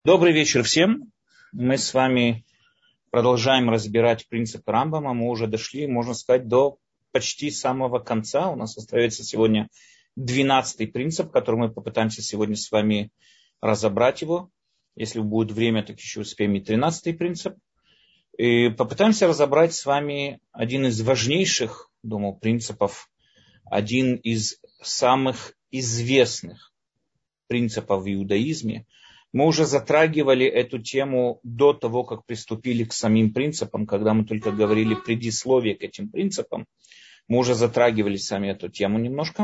Добрый вечер всем. Мы с вами продолжаем разбирать принципы Рамбама. Мы уже дошли, можно сказать, до почти самого конца. У нас остается сегодня 12-й принцип, который мы попытаемся сегодня с вами разобрать его. Если будет время, так еще успеем и 13-й принцип. И попытаемся разобрать с вами один из важнейших, думаю, принципов, один из самых известных принципов в иудаизме. Мы уже затрагивали эту тему до того, как приступили к самим принципам, когда мы только говорили предисловие к этим принципам. Мы уже затрагивали сами эту тему немножко.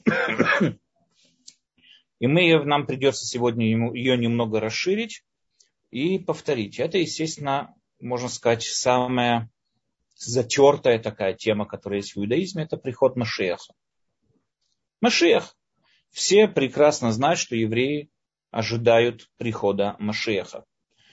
И нам придется сегодня ее немного расширить и повторить. Это, естественно, можно сказать, самая затертая такая тема, которая есть в иудаизме, это приход Машиаха. Машиах. Все прекрасно знают, что евреи ожидают прихода Машиаха.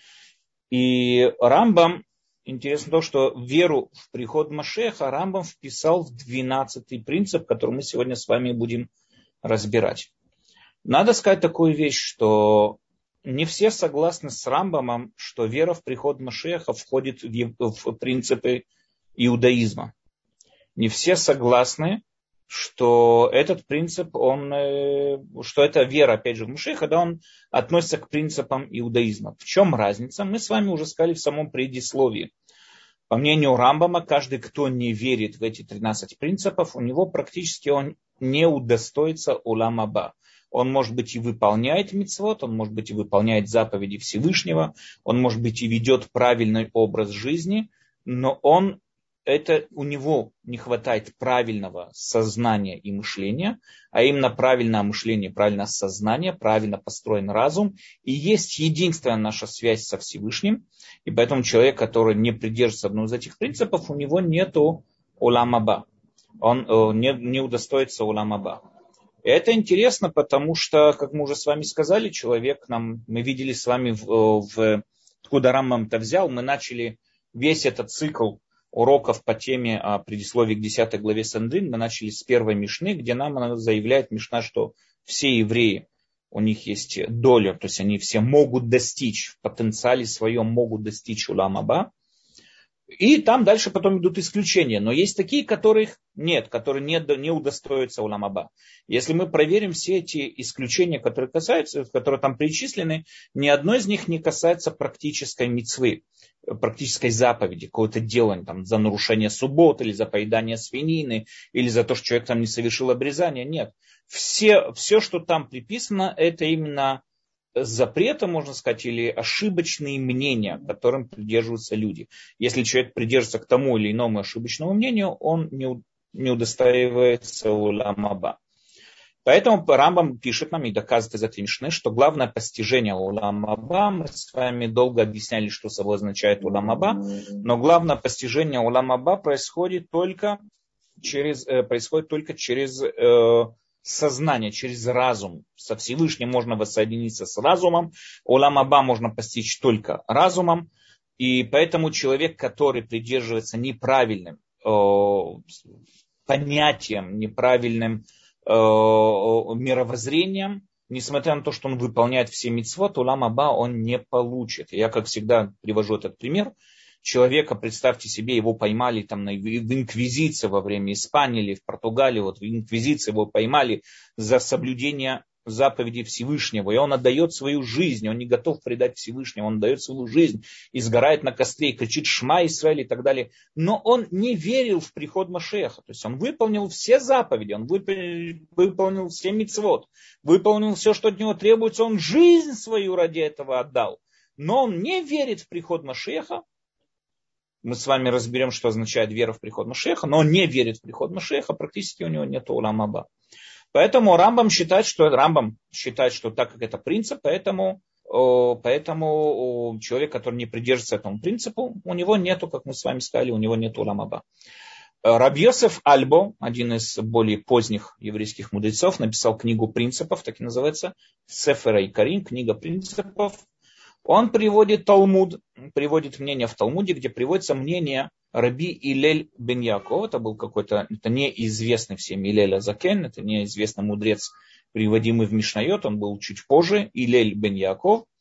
И Рамбам, интересно то, что веру в приход Машиаха Рамбам вписал в 12-й принцип, который мы сегодня с вами будем разбирать. Надо сказать такую вещь, что не все согласны с Рамбамом, что вера в приход Машиаха входит в принципы иудаизма. Не все согласны, что этот принцип, что эта вера, опять же, в Машиаха, да, он относится к принципам иудаизма. В чем разница? Мы с вами уже сказали в самом предисловии. По мнению Рамбама, каждый, кто не верит в эти 13 принципов, у него практически он не удостоится улам аба. Он, может быть, и выполняет мицвот, он, может быть, и выполняет заповеди Всевышнего, он, может быть, и ведет правильный образ жизни, но у него не хватает правильного сознания и мышления, а именно правильное мышление, правильное сознание, правильно построен разум. И есть единственная наша связь со Всевышним. И поэтому человек, который не придерживается одного из этих принципов, у него нету улам аба. Он не удостоится улам аба. И это интересно, потому что, как мы уже с вами сказали, мы видели с вами, откуда Рамбам-то взял, мы начали весь этот цикл уроков по теме о предисловии к 10 главе Сандрин. Мы начали с первой Мишны, где нам заявляет Мишна, что все евреи, у них есть доля, то есть они все могут достичь, в потенциале своем могут достичь улам аба. И там дальше потом идут исключения. Но есть такие, которых нет, которые не удостоятся улам аба. Если мы проверим все эти исключения, которые там перечислены, ни одно из них не касается практической мицвы, практической заповеди, какого-то дела там, за нарушение суббот, или за поедание свинины, или за то, что человек там не совершил обрезание. Нет. Все, что там приписано, это именно запрета, можно сказать, или ошибочные мнения, которым придерживаются люди. Если человек придерживается к тому или иному ошибочному мнению, он не удостаивается улам аба. Поэтому Рамбам пишет нам и доказывает из этой Мишны, что главное постижение улам аба, мы с вами долго объясняли, что собой означает улам аба, но главное постижение улам аба происходит только через сознание, через разум. Со Всевышним можно воссоединиться с разумом. Улам аба можно постичь только разумом. И поэтому человек, который придерживается неправильным понятием, неправильным мировоззрением, несмотря на то, что он выполняет все мицвот, улам аба он не получит. Я, как всегда, привожу этот пример. Человека, представьте себе, его поймали там в инквизиции во время Испании или в Португалии, вот в инквизиции его поймали за соблюдение заповедей Всевышнего, и он отдает свою жизнь, он не готов предать Всевышнему, он отдает свою жизнь, и сгорает на костре, и кричит «Шма Исраэль» и так далее. Но он не верил в приход Машиаха, то есть он выполнил все заповеди, он выполнил все мицвот, выполнил все, что от него требуется, он жизнь свою ради этого отдал, но он не верит в приход Машиаха. Мы с вами разберем, что означает вера в приход Машиаха, но он не верит в приход Машиаха, практически у него нет улам аба. Поэтому Рамбам считает, что так как это принцип, поэтому человек, который не придерживается этому принципу, у него нету, как мы с вами сказали, у него нет улам аба. Рабби Йосеф Альбо, один из более поздних еврейских мудрецов, написал книгу принципов, так и называется, Сефер Айкарим, книга принципов. Он приводит мнение в Талмуде, где приводится мнение Раби Илель бен Яков. Это неизвестный всем Илель Азакен, это неизвестный мудрец, приводимый в Мишнайот, он был чуть позже, Илель бен Яков.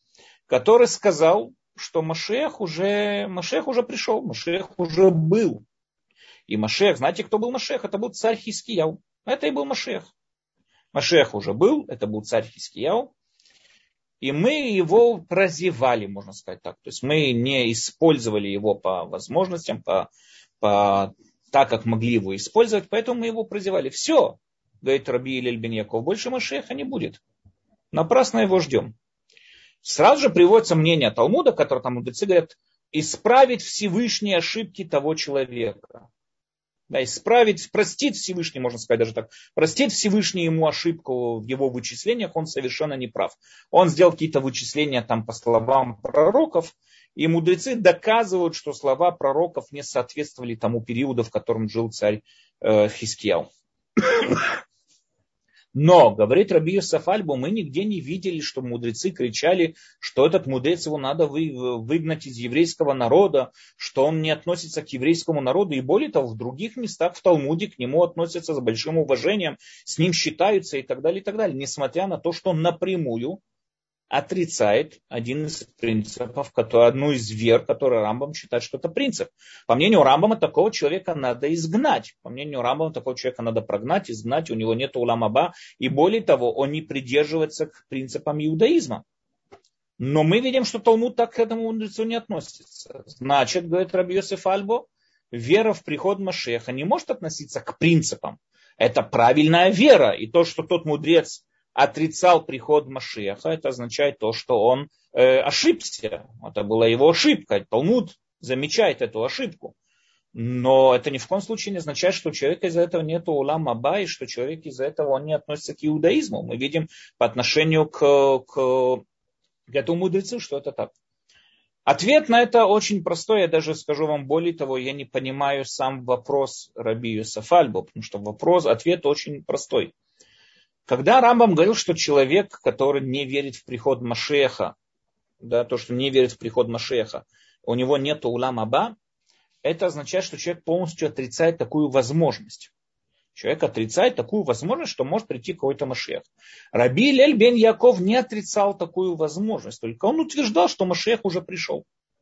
который сказал, что Машиах уже пришел, Машиах уже был. И Машиах, знаете, кто был Машиах? Это был царь Хискияу. Это и был Машиах. Машиах уже был, это был царь Хискияу. И мы его прозевали, можно сказать так. То есть мы не использовали его по возможностям, так, как могли его использовать, поэтому мы его прозевали. Все, говорит Раби Илель бен Яков, больше Машиаха не будет. Напрасно его ждем. Сразу же приводится мнение Талмуда, которое там мудрецы говорят, исправить Всевышние ошибки того человека. Да, исправить, простить Всевышний, можно сказать даже так, простить Всевышний ему ошибку в его вычислениях, он совершенно не прав. Он сделал какие-то вычисления там по словам пророков, и мудрецы доказывают, что слова пророков не соответствовали тому периоду, в котором жил царь Хискияу. Но, говорит Раби Йосеф Альбо, мы нигде не видели, что мудрецы кричали, что этот мудрец его надо выгнать из еврейского народа, что он не относится к еврейскому народу. И более того, в других местах в Талмуде к нему относятся с большим уважением, с ним считаются и так далее, и так далее. Несмотря на то, что он напрямую отрицает один из принципов, одну из вер, которую Рамбам считает, что это принцип. По мнению Рамбама, такого человека надо изгнать. По мнению Рамбама, такого человека надо прогнать, изгнать, у него нет улам аба. И более того, он не придерживается к принципам иудаизма. Но мы видим, что Талмуд так к этому мудрецу не относится. Значит, говорит Раби Йосеф Альбо, вера в приход Машеха не может относиться к принципам. Это правильная вера. И то, что тот мудрец отрицал приход Машиаха, это означает то, что он ошибся. Это была его ошибка. Талмуд замечает эту ошибку. Но это ни в коем случае не означает, что у человека из-за этого нет улам аба, и что человек из-за этого он не относится к иудаизму. Мы видим по отношению к этому мудрецу, что это так. Ответ на это очень простой. Я даже скажу вам более того, я не понимаю сам вопрос Раби Йосеф Альбо, потому что ответ очень простой. Когда Рамбам говорил, что человек, который не верит в приход Машеха, да, то, что не верит в приход Машеха, у него нет улам аба, это означает, что человек полностью отрицает такую возможность. Человек отрицает такую возможность, что может прийти какой-то Машех. Раби Илель бен Яков не отрицал такую возможность, только он утверждал, что Машех уже пришел.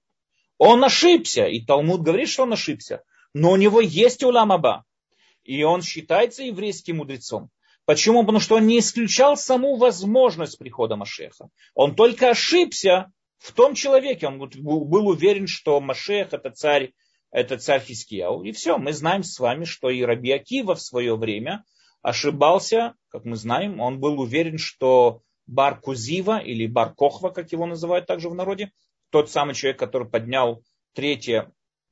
Он ошибся, и Талмуд говорит, что он ошибся, но у него есть улам аба, и он считается еврейским мудрецом. Почему? Потому что он не исключал саму возможность прихода Машеха. Он только ошибся в том человеке. Он был уверен, что Машех это царь Хискияу. И все, мы знаем с вами, что и Раби Акива в свое время ошибался, как мы знаем. Он был уверен, что Бар Кузива или Бар Кохва, как его называют также в народе, тот самый человек, который поднял третье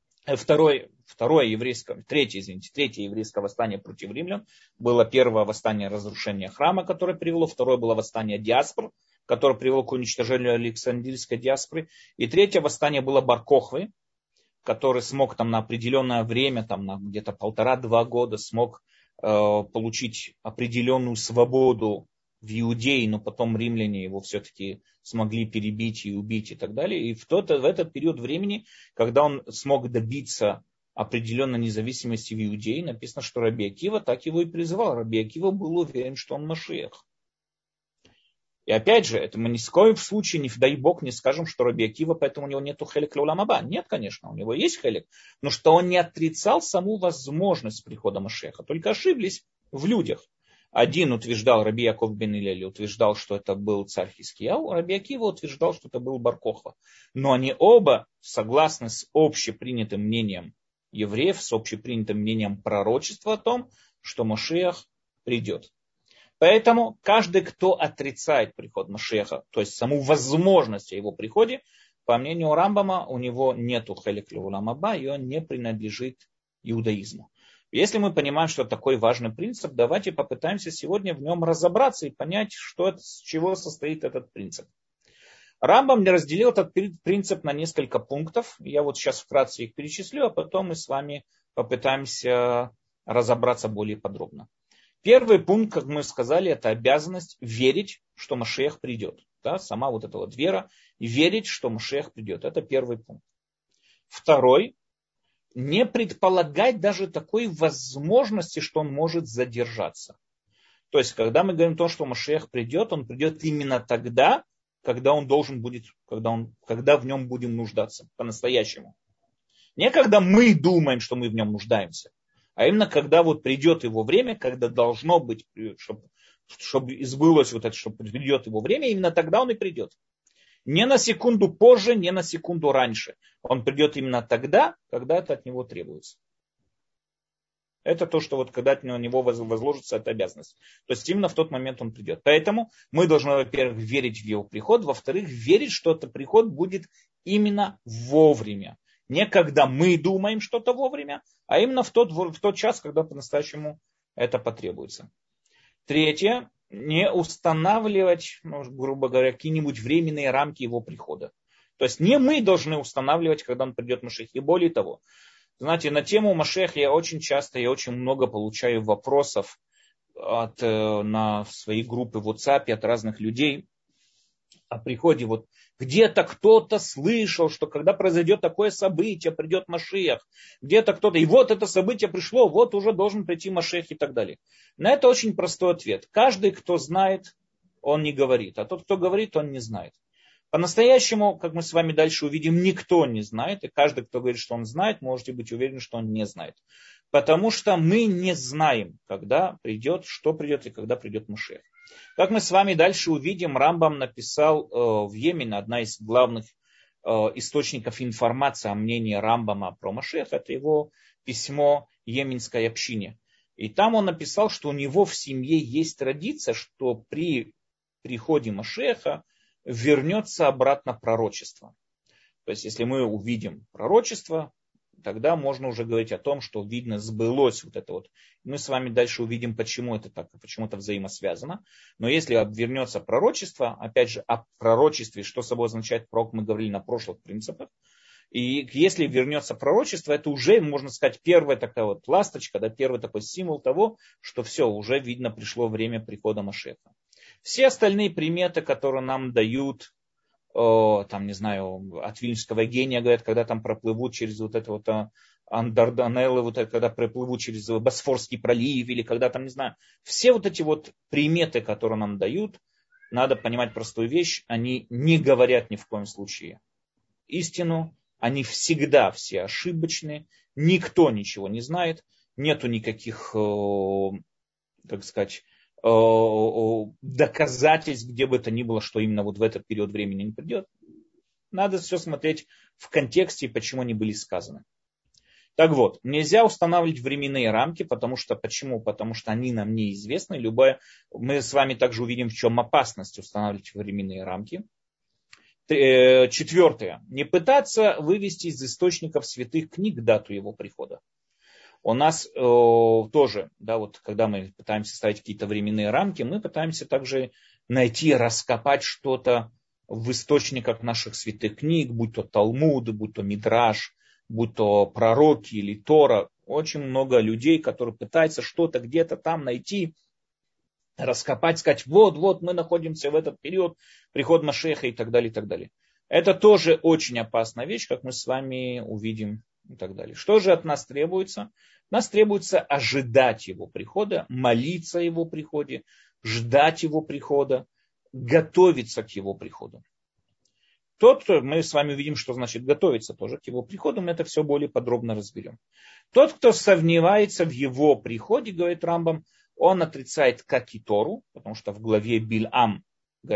еврейское восстание против римлян. Было первое восстание разрушения храма, которое привело. Второе было восстание диаспор, которое привело к уничтожению Александрийской диаспоры. И третье восстание было Бар-Кохвы, который смог там на определенное время, там на где-то 1,5-2 года смог получить определенную свободу в Иудее, но потом римляне его все-таки смогли перебить и убить и так далее. И в этот период времени, когда он смог добиться определенной независимости в Иудее, написано, что Раби Акива так его и призывал. Раби Акива был уверен, что он Машиах. И опять же, это мы ни в коем случае, не дай Бог, не скажем, что Раби Акива, поэтому у него нету хелек леулам аба. Нет, конечно, у него есть хелек, но что он не отрицал саму возможность прихода Машиаха, только ошиблись в людях. Один утверждал, Раби Яков бен Илель утверждал, что это был царь Хискияу, Раби Акива утверждал, что это был Бар Кохва. Но они оба согласны с общепринятым мнением евреев, с общепринятым мнением пророчества о том, что Машиах придет. Поэтому каждый, кто отрицает приход Машиаха, то есть саму возможность о его приходе, по мнению Рамбама, у него нету хелек леулам аба, и он не принадлежит иудаизму. Если мы понимаем, что такой важный принцип, давайте попытаемся сегодня в нем разобраться и понять, с чего состоит этот принцип. Рамбам разделил этот принцип на несколько пунктов. Я вот сейчас вкратце их перечислю, а потом мы с вами попытаемся разобраться более подробно. Первый пункт, как мы сказали, это обязанность верить, что Машиах придет. Да, сама вот эта вот вера и верить, что Машиах придет. Это первый пункт. Второй. Не предполагать даже такой возможности, что он может задержаться. То есть, когда мы говорим о том, что Машиах придет, он придет именно тогда, когда он должен будет, когда в нем будем нуждаться по-настоящему. Не когда мы думаем, что мы в нем нуждаемся, а именно когда вот придет его время, когда должно быть, чтобы сбылось вот это, чтобы придет его время, именно тогда он и придет. Не на секунду позже, не на секунду раньше. Он придет именно тогда, когда это от него требуется. Это то, что вот когда на него возложится эта обязанность. То есть именно в тот момент он придет. Поэтому мы должны, во-первых, верить в его приход, во-вторых, верить, что этот приход будет именно вовремя. Не когда мы думаем что-то вовремя, а именно в тот час, когда по-настоящему это потребуется. Третье. Не устанавливать, грубо говоря, какие-нибудь временные рамки его прихода. То есть не мы должны устанавливать, когда он придет Машиах. И более того, знаете, на тему Машиаха я очень часто и очень много получаю вопросов на свои группы в WhatsApp от разных людей о приходе. Вот где-то кто-то слышал, что когда произойдет такое событие, придет Машиах. Где-то кто-то, и вот это событие пришло, вот уже должен прийти Машиах и так далее. На это очень простой ответ. Каждый, кто знает, он не говорит. А тот, кто говорит, он не знает. По-настоящему, как мы с вами дальше увидим, никто не знает. И каждый, кто говорит, что он знает, можете быть уверены, что он не знает. Потому что мы не знаем, когда придет, что придет и когда придет Машиах. Как мы с вами дальше увидим, Рамбам написал в Йемене, одна из главных источников информации о мнении Рамбама про Машиаха, это его письмо Йеменской общине. И там он написал, что у него в семье есть традиция, что при приходе Машиаха вернется обратно пророчество. То есть, если мы увидим пророчество, тогда можно уже говорить о том, что, видно, сбылось вот это вот. Мы с вами дальше увидим, почему это так, почему это взаимосвязано. Но если вернется пророчество, опять же, о пророчестве, что собой означает пророк, мы говорили на прошлых принципах. И если вернется пророчество, это уже, можно сказать, первая такая вот ласточка, да, первый такой символ того, что все, уже видно, пришло время прихода Машиаха. Все остальные приметы, которые нам дают, там, не знаю, от Вильнюсского гения, говорят, когда там проплывут через вот это вот Андарданеллы, вот это, когда проплывут через Босфорский пролив, или когда там, не знаю, все вот эти вот приметы, которые нам дают, надо понимать простую вещь, они не говорят ни в коем случае истину, они всегда все ошибочны, никто ничего не знает, нету никаких, так сказать, доказательств, где бы то ни было, что именно вот в этот период времени не придет. Надо все смотреть в контексте, почему они были сказаны. Так вот, нельзя устанавливать временные рамки, потому что, почему? Потому что они нам неизвестны. Мы с вами также увидим, в чем опасность устанавливать временные рамки. Четвертое. Не пытаться вывести из источников святых книг дату его прихода. У нас тоже, да, вот когда мы пытаемся ставить какие-то временные рамки, мы пытаемся также найти, раскопать что-то в источниках наших святых книг, будь то Талмуд, будь то Мидраш, будь то пророки или Тора. Очень много людей, которые пытаются что-то где-то там найти, раскопать, сказать, вот мы находимся в этот период, приход Машиаха и так далее, и так далее. Это тоже очень опасная вещь, как мы с вами увидим и так далее. Что же от нас требуется? Нас требуется ожидать его прихода, молиться о его приходе, ждать его прихода, готовиться к его приходу. Мы с вами увидим, что значит готовиться тоже к его приходу, мы это все более подробно разберем. Тот, кто сомневается в его приходе, говорит Рамбам, он отрицает как и Тору, потому что в главе Бильам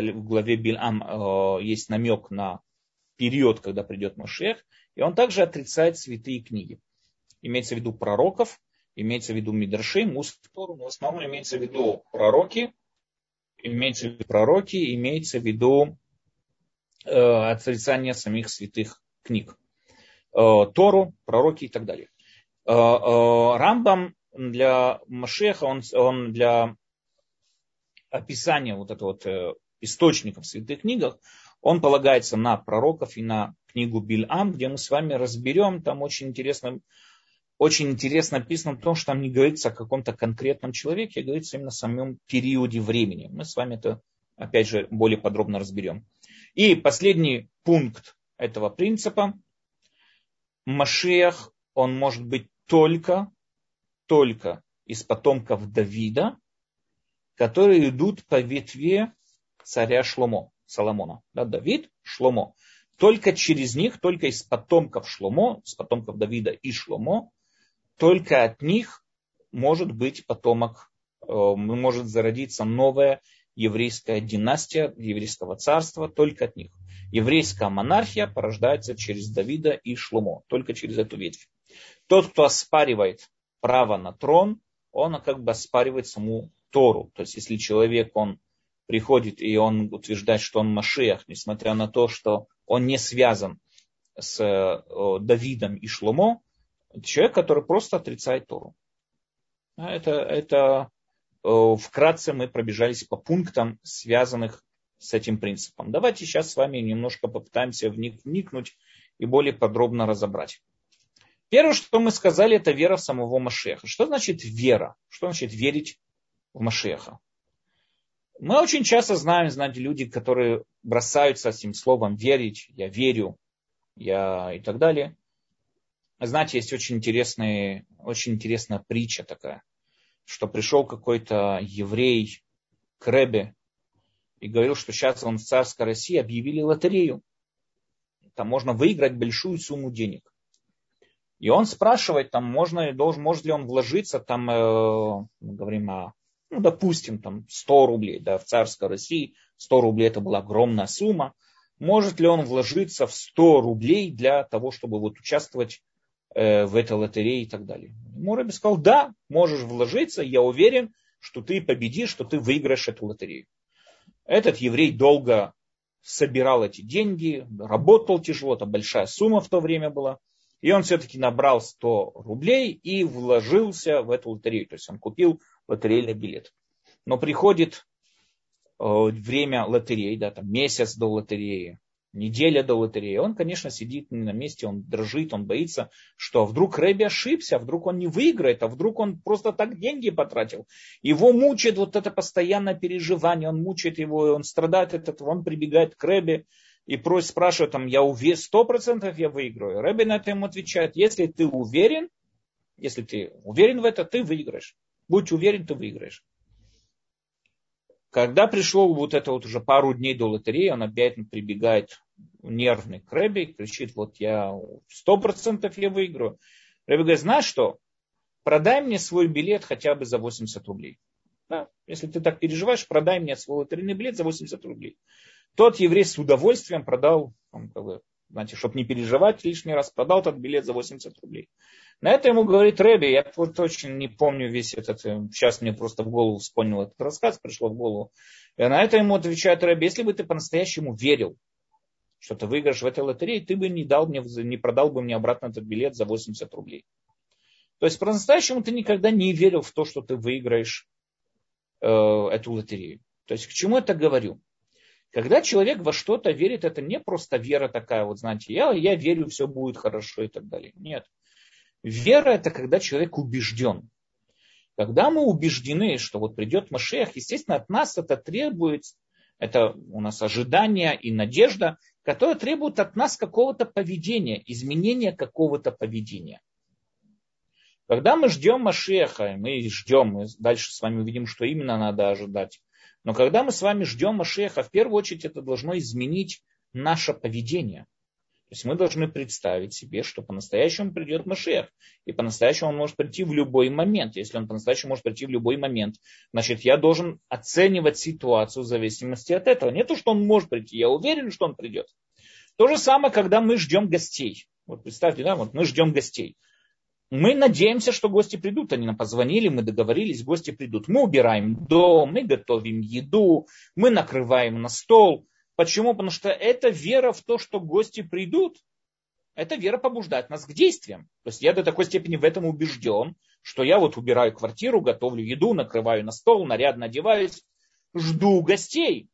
есть намек на период, когда придет Машиах, и он также отрицает святые книги. Имеется в виду пророков, имеется в виду Мидрашей, Тору, но в основном имеется в виду пророки, имеется в виду отрицание самих святых книг. Тору, пророки и так далее. Рамбам для Машиаха, он для описания вот этого вот источников в святых книгах, он полагается на пророков и на книгу Бильам, где мы с вами разберем, там очень интересно написано то, что там не говорится о каком-то конкретном человеке, а говорится именно о самом периоде времени. Мы с вами это, опять же, более подробно разберем. И последний пункт этого принципа. Машиах, он может быть только из потомков Давида, которые идут по ветве царя Шломо. Соломона. Да, Давид, Шломо. Только через них, только из потомков Шломо, из потомков Давида и Шломо, только от них может быть потомок, может зародиться новая еврейская династия, еврейского царства, только от них. Еврейская монархия порождается через Давида и Шломо, только через эту ветвь. Тот, кто оспаривает право на трон, он как бы оспаривает саму Тору. То есть, если человек, он приходит и он утверждает, что он Машиах, несмотря на то, что он не связан с Давидом и Шломо, человек, который просто отрицает Тору. Это вкратце мы пробежались по пунктам, связанных с этим принципом. Давайте сейчас с вами немножко попытаемся вникнуть и более подробно разобрать. Первое, что мы сказали, это вера в самого Машиаха. Что значит вера? Что значит верить в Машиаха? Мы очень часто знаем, знаете, люди, которые бросаются этим словом верить, я верю, я и так далее. Знаете, есть очень интересная притча такая, что пришел какой-то еврей к Ребе и говорил, что сейчас он в царской России объявили лотерею. Там можно выиграть большую сумму денег. И он спрашивает, там может ли он вложиться, там, мы говорим о, допустим, там 100 рублей, да, в царской России 100 рублей это была огромная сумма. Может ли он вложиться в 100 рублей для того, чтобы вот участвовать в этой лотерее и так далее? Ему Ребе сказал, да, можешь вложиться, я уверен, что ты победишь, что ты выиграешь эту лотерею. Этот еврей долго собирал эти деньги, работал тяжело, это большая сумма в то время была. И он все-таки набрал 100 рублей и вложился в эту лотерею. То есть он купил лотерейный билет. Но приходит время лотереи, да, там месяц до лотереи, неделя до лотереи. Он, конечно, сидит на месте, он дрожит, он боится, что вдруг Ребе ошибся, вдруг он не выиграет, а вдруг он просто так деньги потратил. Его мучает вот это постоянное переживание, он мучает его, он страдает от этого, он прибегает к Ребе и просит, спрашивает, там, я уверен, 100% я выиграю. Ребе на это ему отвечает, если ты уверен в это, ты выиграешь. Будь уверен, ты выиграешь. Когда пришло вот это вот уже пару дней до лотереи, он опять прибегает нервный к Ребе и кричит, вот я 100% я выиграю. Ребе говорит, знаешь что, продай мне свой билет хотя бы за 80 рублей. Да? Если ты так переживаешь, продай мне свой лотерейный билет за 80 рублей. Тот еврей с удовольствием продал, знаете, чтобы не переживать лишний раз, продал этот билет за 80 рублей. На это ему говорит Ребе, я вот очень не помню весь этот, сейчас мне просто в голову вспомнил этот рассказ, пришло в голову. И на это ему отвечает Ребе, если бы ты по-настоящему верил, что ты выиграешь в этой лотерее, ты бы не продал бы мне обратно этот билет за 80 рублей. То есть по-настоящему ты никогда не верил в то, что ты выиграешь эту лотерею. То есть к чему это говорю? Когда человек во что-то верит, это не просто вера такая, вот знаете, я верю, все будет хорошо и так далее. Нет. Вера это когда человек убежден. Когда мы убеждены, что вот придет Машиах, естественно, от нас это требует, это у нас ожидание и надежда, которая требует от нас какого-то поведения, изменения какого-то поведения. Когда мы ждем Машиаха, мы дальше с вами увидим, что именно надо ожидать. Но когда мы с вами ждем Машиаха, в первую очередь это должно изменить наше поведение. То есть мы должны представить себе, что по-настоящему придет Машиах. И по-настоящему он может прийти в любой момент. Если он по-настоящему может прийти в любой момент, значит я должен оценивать ситуацию в зависимости от этого. Не то, что он может прийти, я уверен, что он придет. То же самое, когда мы ждем гостей. Вот представьте, да, вот мы ждем гостей. Мы надеемся, что гости придут. Они нам позвонили, мы договорились, гости придут. Мы убираем дом, мы готовим еду, мы накрываем на стол. Почему? Потому что это вера в то, что гости придут. Эта вера побуждает нас к действиям. То есть я до такой степени в этом убежден, что я вот убираю квартиру, готовлю еду, накрываю на стол, нарядно одеваюсь, жду гостей.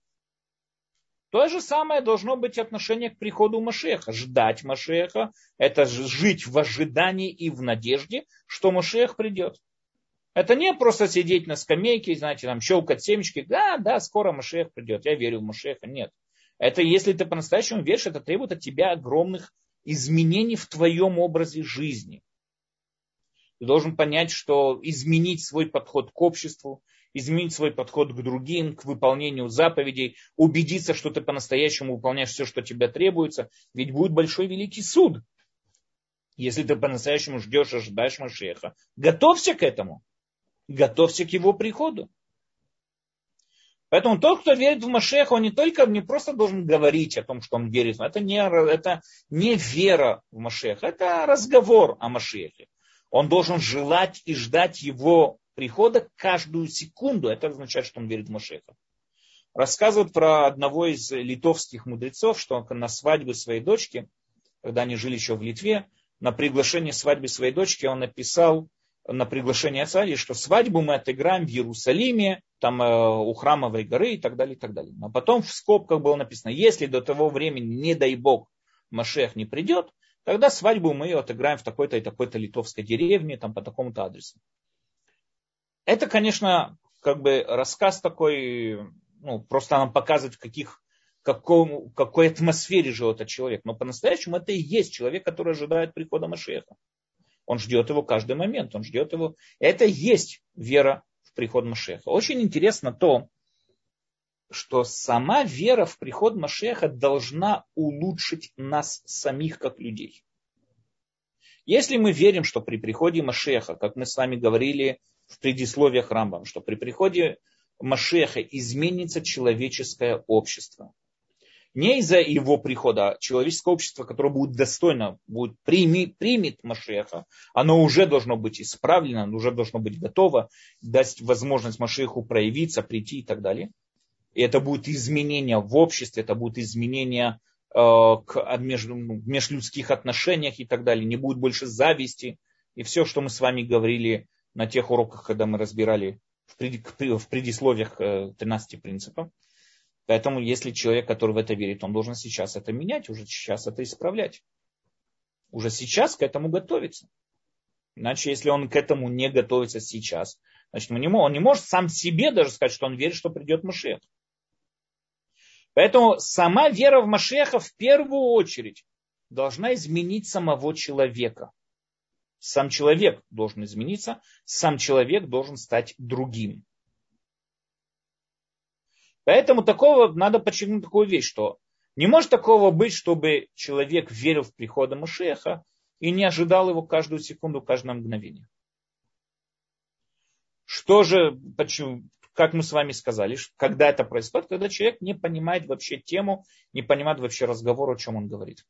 То же самое должно быть отношение к приходу Машиаха. Ждать Машиаха – это жить в ожидании и в надежде, что Машиах придет. Это не просто сидеть на скамейке, знаете, там щелкать семечки. Да, скоро Машиах придет, я верю в Машиаха. Нет. Это если ты по-настоящему веришь, это требует от тебя огромных изменений в твоем образе жизни. Ты должен понять, что изменить свой подход к обществу, изменить свой подход к другим, к выполнению заповедей, убедиться, что ты по-настоящему выполняешь все, что тебе требуется. Ведь будет большой великий суд, если ты по-настоящему ждешь, ожидаешь Машеха. Готовься к этому. Готовься к его приходу. Поэтому тот, кто верит в Машеха, он не просто должен говорить о том, что он верит. Это не вера в Машеха, это разговор о Машехе. Он должен желать и ждать его прихода каждую секунду. Это означает, что он верит в Машеха. Рассказывают про одного из литовских мудрецов, что на свадьбе своей дочки, когда они жили еще в Литве, на приглашение свадьбы своей дочки он написал на приглашение отца, что свадьбу мы отыграем в Иерусалиме, там у храмовой горы и так далее, и так далее. А потом в скобках было написано, если до того времени, не дай Бог, Машех не придет, тогда свадьбу мы ее отыграем в такой-то и такой-то литовской деревне, там по такому-то адресу. Это, конечно, как бы рассказ такой, просто нам показывает, в какой атмосфере живет этот человек. Но по-настоящему это и есть человек, который ожидает прихода Машеха. Он ждет его каждый момент, он ждет его. Это и есть вера в приход Машеха. Очень интересно то, что сама вера в приход Машеха должна улучшить нас самих как людей. Если мы верим, что при приходе Машеха, как мы с вами говорили в предисловиях Рамбама, что при приходе Машеха изменится человеческое общество, не из-за его прихода, а человеческое общество, которое будет достойно, примет Машеха, оно уже должно быть исправлено, оно уже должно быть готово, дать возможность Машеху проявиться, прийти и так далее. И это будет изменение в обществе, это будет изменение в межлюдских отношениях и так далее. Не будет больше зависти. И все, что мы с вами говорили на тех уроках, когда мы разбирали в предисловиях 13 принципов. Поэтому, если человек, который в это верит, он должен сейчас это менять, уже сейчас это исправлять. Уже сейчас к этому готовиться. Иначе, если он к этому не готовится сейчас, значит, он не может сам себе даже сказать, что он верит, что придет Машех. Поэтому сама вера в Машеха в первую очередь должна изменить самого человека. Сам человек должен измениться, сам человек должен стать другим. Поэтому надо подчеркнуть такую вещь, что не может такого быть, чтобы человек верил в приход Машеха и не ожидал его каждую секунду, каждое мгновение. Что же, как мы с вами сказали, когда это происходит, когда человек не понимает вообще тему, не понимает вообще разговор, о чем он говорит.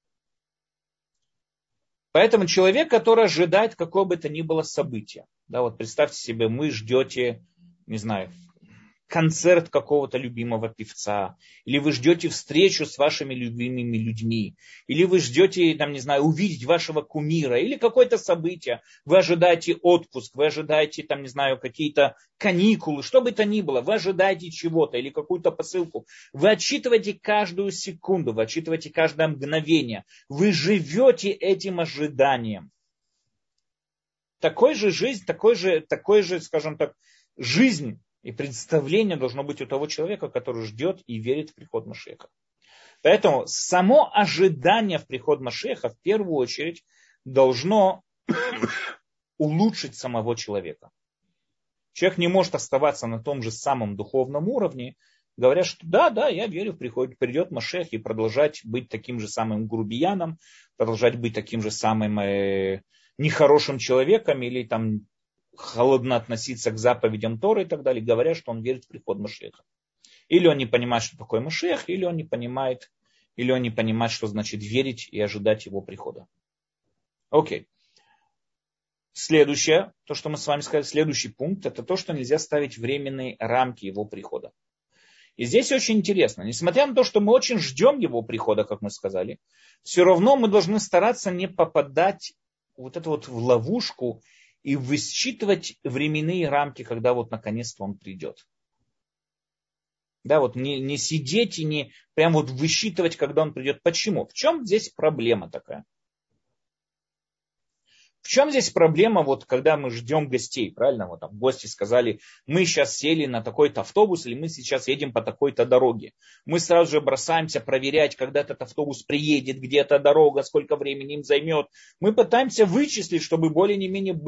Поэтому человек, который ожидает какого бы то ни было события, да, вот представьте себе, вы ждете, не знаю, концерт какого-то любимого певца, или вы ждете встречу с вашими любимыми людьми, или вы ждете, там, не знаю, увидеть вашего кумира, или какое-то событие, вы ожидаете отпуск, вы ожидаете, там, не знаю, какие-то каникулы, что бы то ни было, вы ожидаете чего-то, или какую-то посылку, вы отсчитываете каждую секунду, вы отсчитываете каждое мгновение, вы живете этим ожиданием. Такой же, скажем так, жизнь и представление должно быть у того человека, который ждет и верит в приход Машеха. Поэтому само ожидание в приход Машеха в первую очередь должно улучшить самого человека. Человек не может оставаться на том же самом духовном уровне, говоря, что да, я верю, придет Машех, и продолжать быть таким же самым грубияном, продолжать быть таким же самым нехорошим человеком или там холодно относиться к заповедям Торы и так далее, говоря, что он верит в приход Машеха. Или он не понимает, что такое Машех, или он не понимает, что значит верить и ожидать его прихода. Окей. Следующее, то, что мы с вами сказали, следующий пункт, это то, что нельзя ставить временные рамки его прихода. И здесь очень интересно, несмотря на то, что мы очень ждем его прихода, как мы сказали, все равно мы должны стараться не попадать в ловушку и высчитывать временные рамки, когда наконец-то он придет. Да, не сидеть и не прям высчитывать, когда он придет. Почему? В чем здесь проблема такая? В чем здесь проблема, когда мы ждем гостей, правильно? Гости сказали, мы сейчас сели на такой-то автобус, или мы сейчас едем по такой-то дороге. Мы сразу же бросаемся проверять, когда этот автобус приедет, где эта дорога, сколько времени им займет. Мы пытаемся вычислить, чтобы более-менее быть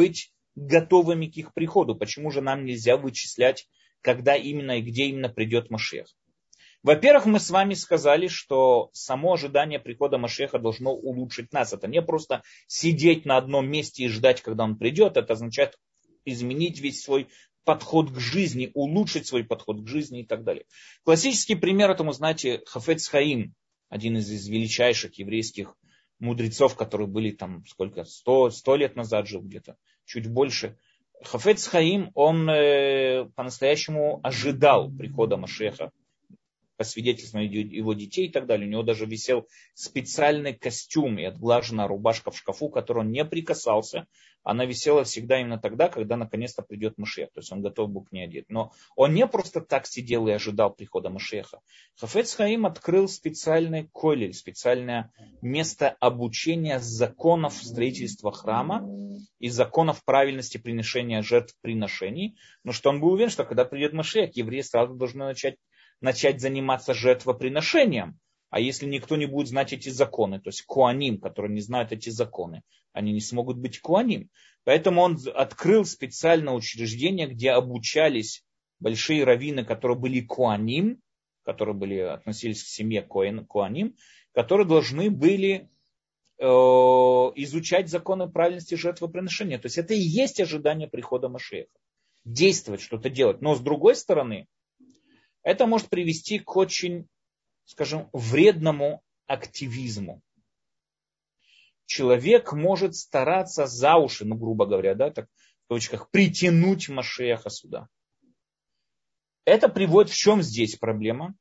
готовыми к их приходу. Почему же нам нельзя вычислять, когда именно и где именно придет Машиах? Во-первых, мы с вами сказали, что само ожидание прихода Машиаха должно улучшить нас. Это не просто сидеть на одном месте и ждать, когда он придет. Это означает изменить весь свой подход к жизни, улучшить свой подход к жизни и так далее. Классический пример этому, знаете, Хафец Хаим, один из величайших еврейских мудрецов, которые были там сколько, 100 лет назад жил где-то, чуть больше. Хафец Хаим, он по-настоящему ожидал прихода Машиаха, по свидетельству его детей и так далее. У него даже висел специальный костюм и отглаженная рубашка в шкафу, к которой он не прикасался. Она висела всегда именно тогда, когда наконец-то придет Машиах. То есть он готов был к ней одеть. Но он не просто так сидел и ожидал прихода Машиаха. Хафец Хаим открыл специальный колледж, специальное место обучения законов строительства храма и законов правильности приношения жертвоприношений. Но что он был уверен, что когда придет Машиах, евреи сразу должны начать заниматься жертвоприношением. А если никто не будет знать эти законы, то есть коаним, которые не знают эти законы, они не смогут быть коаним. Поэтому он открыл специальное учреждение, где обучались большие раввины, которые были коаним, которые относились к семье коаним, которые должны были изучать законы правильности жертвоприношения. То есть это и есть ожидание прихода Машиаха. Действовать, что-то делать. Но с другой стороны, это может привести к очень, скажем, вредному активизму. Человек может стараться за уши, грубо говоря, да, так, в кавычках, притянуть Машиаха сюда. Это приводит в чем здесь проблема?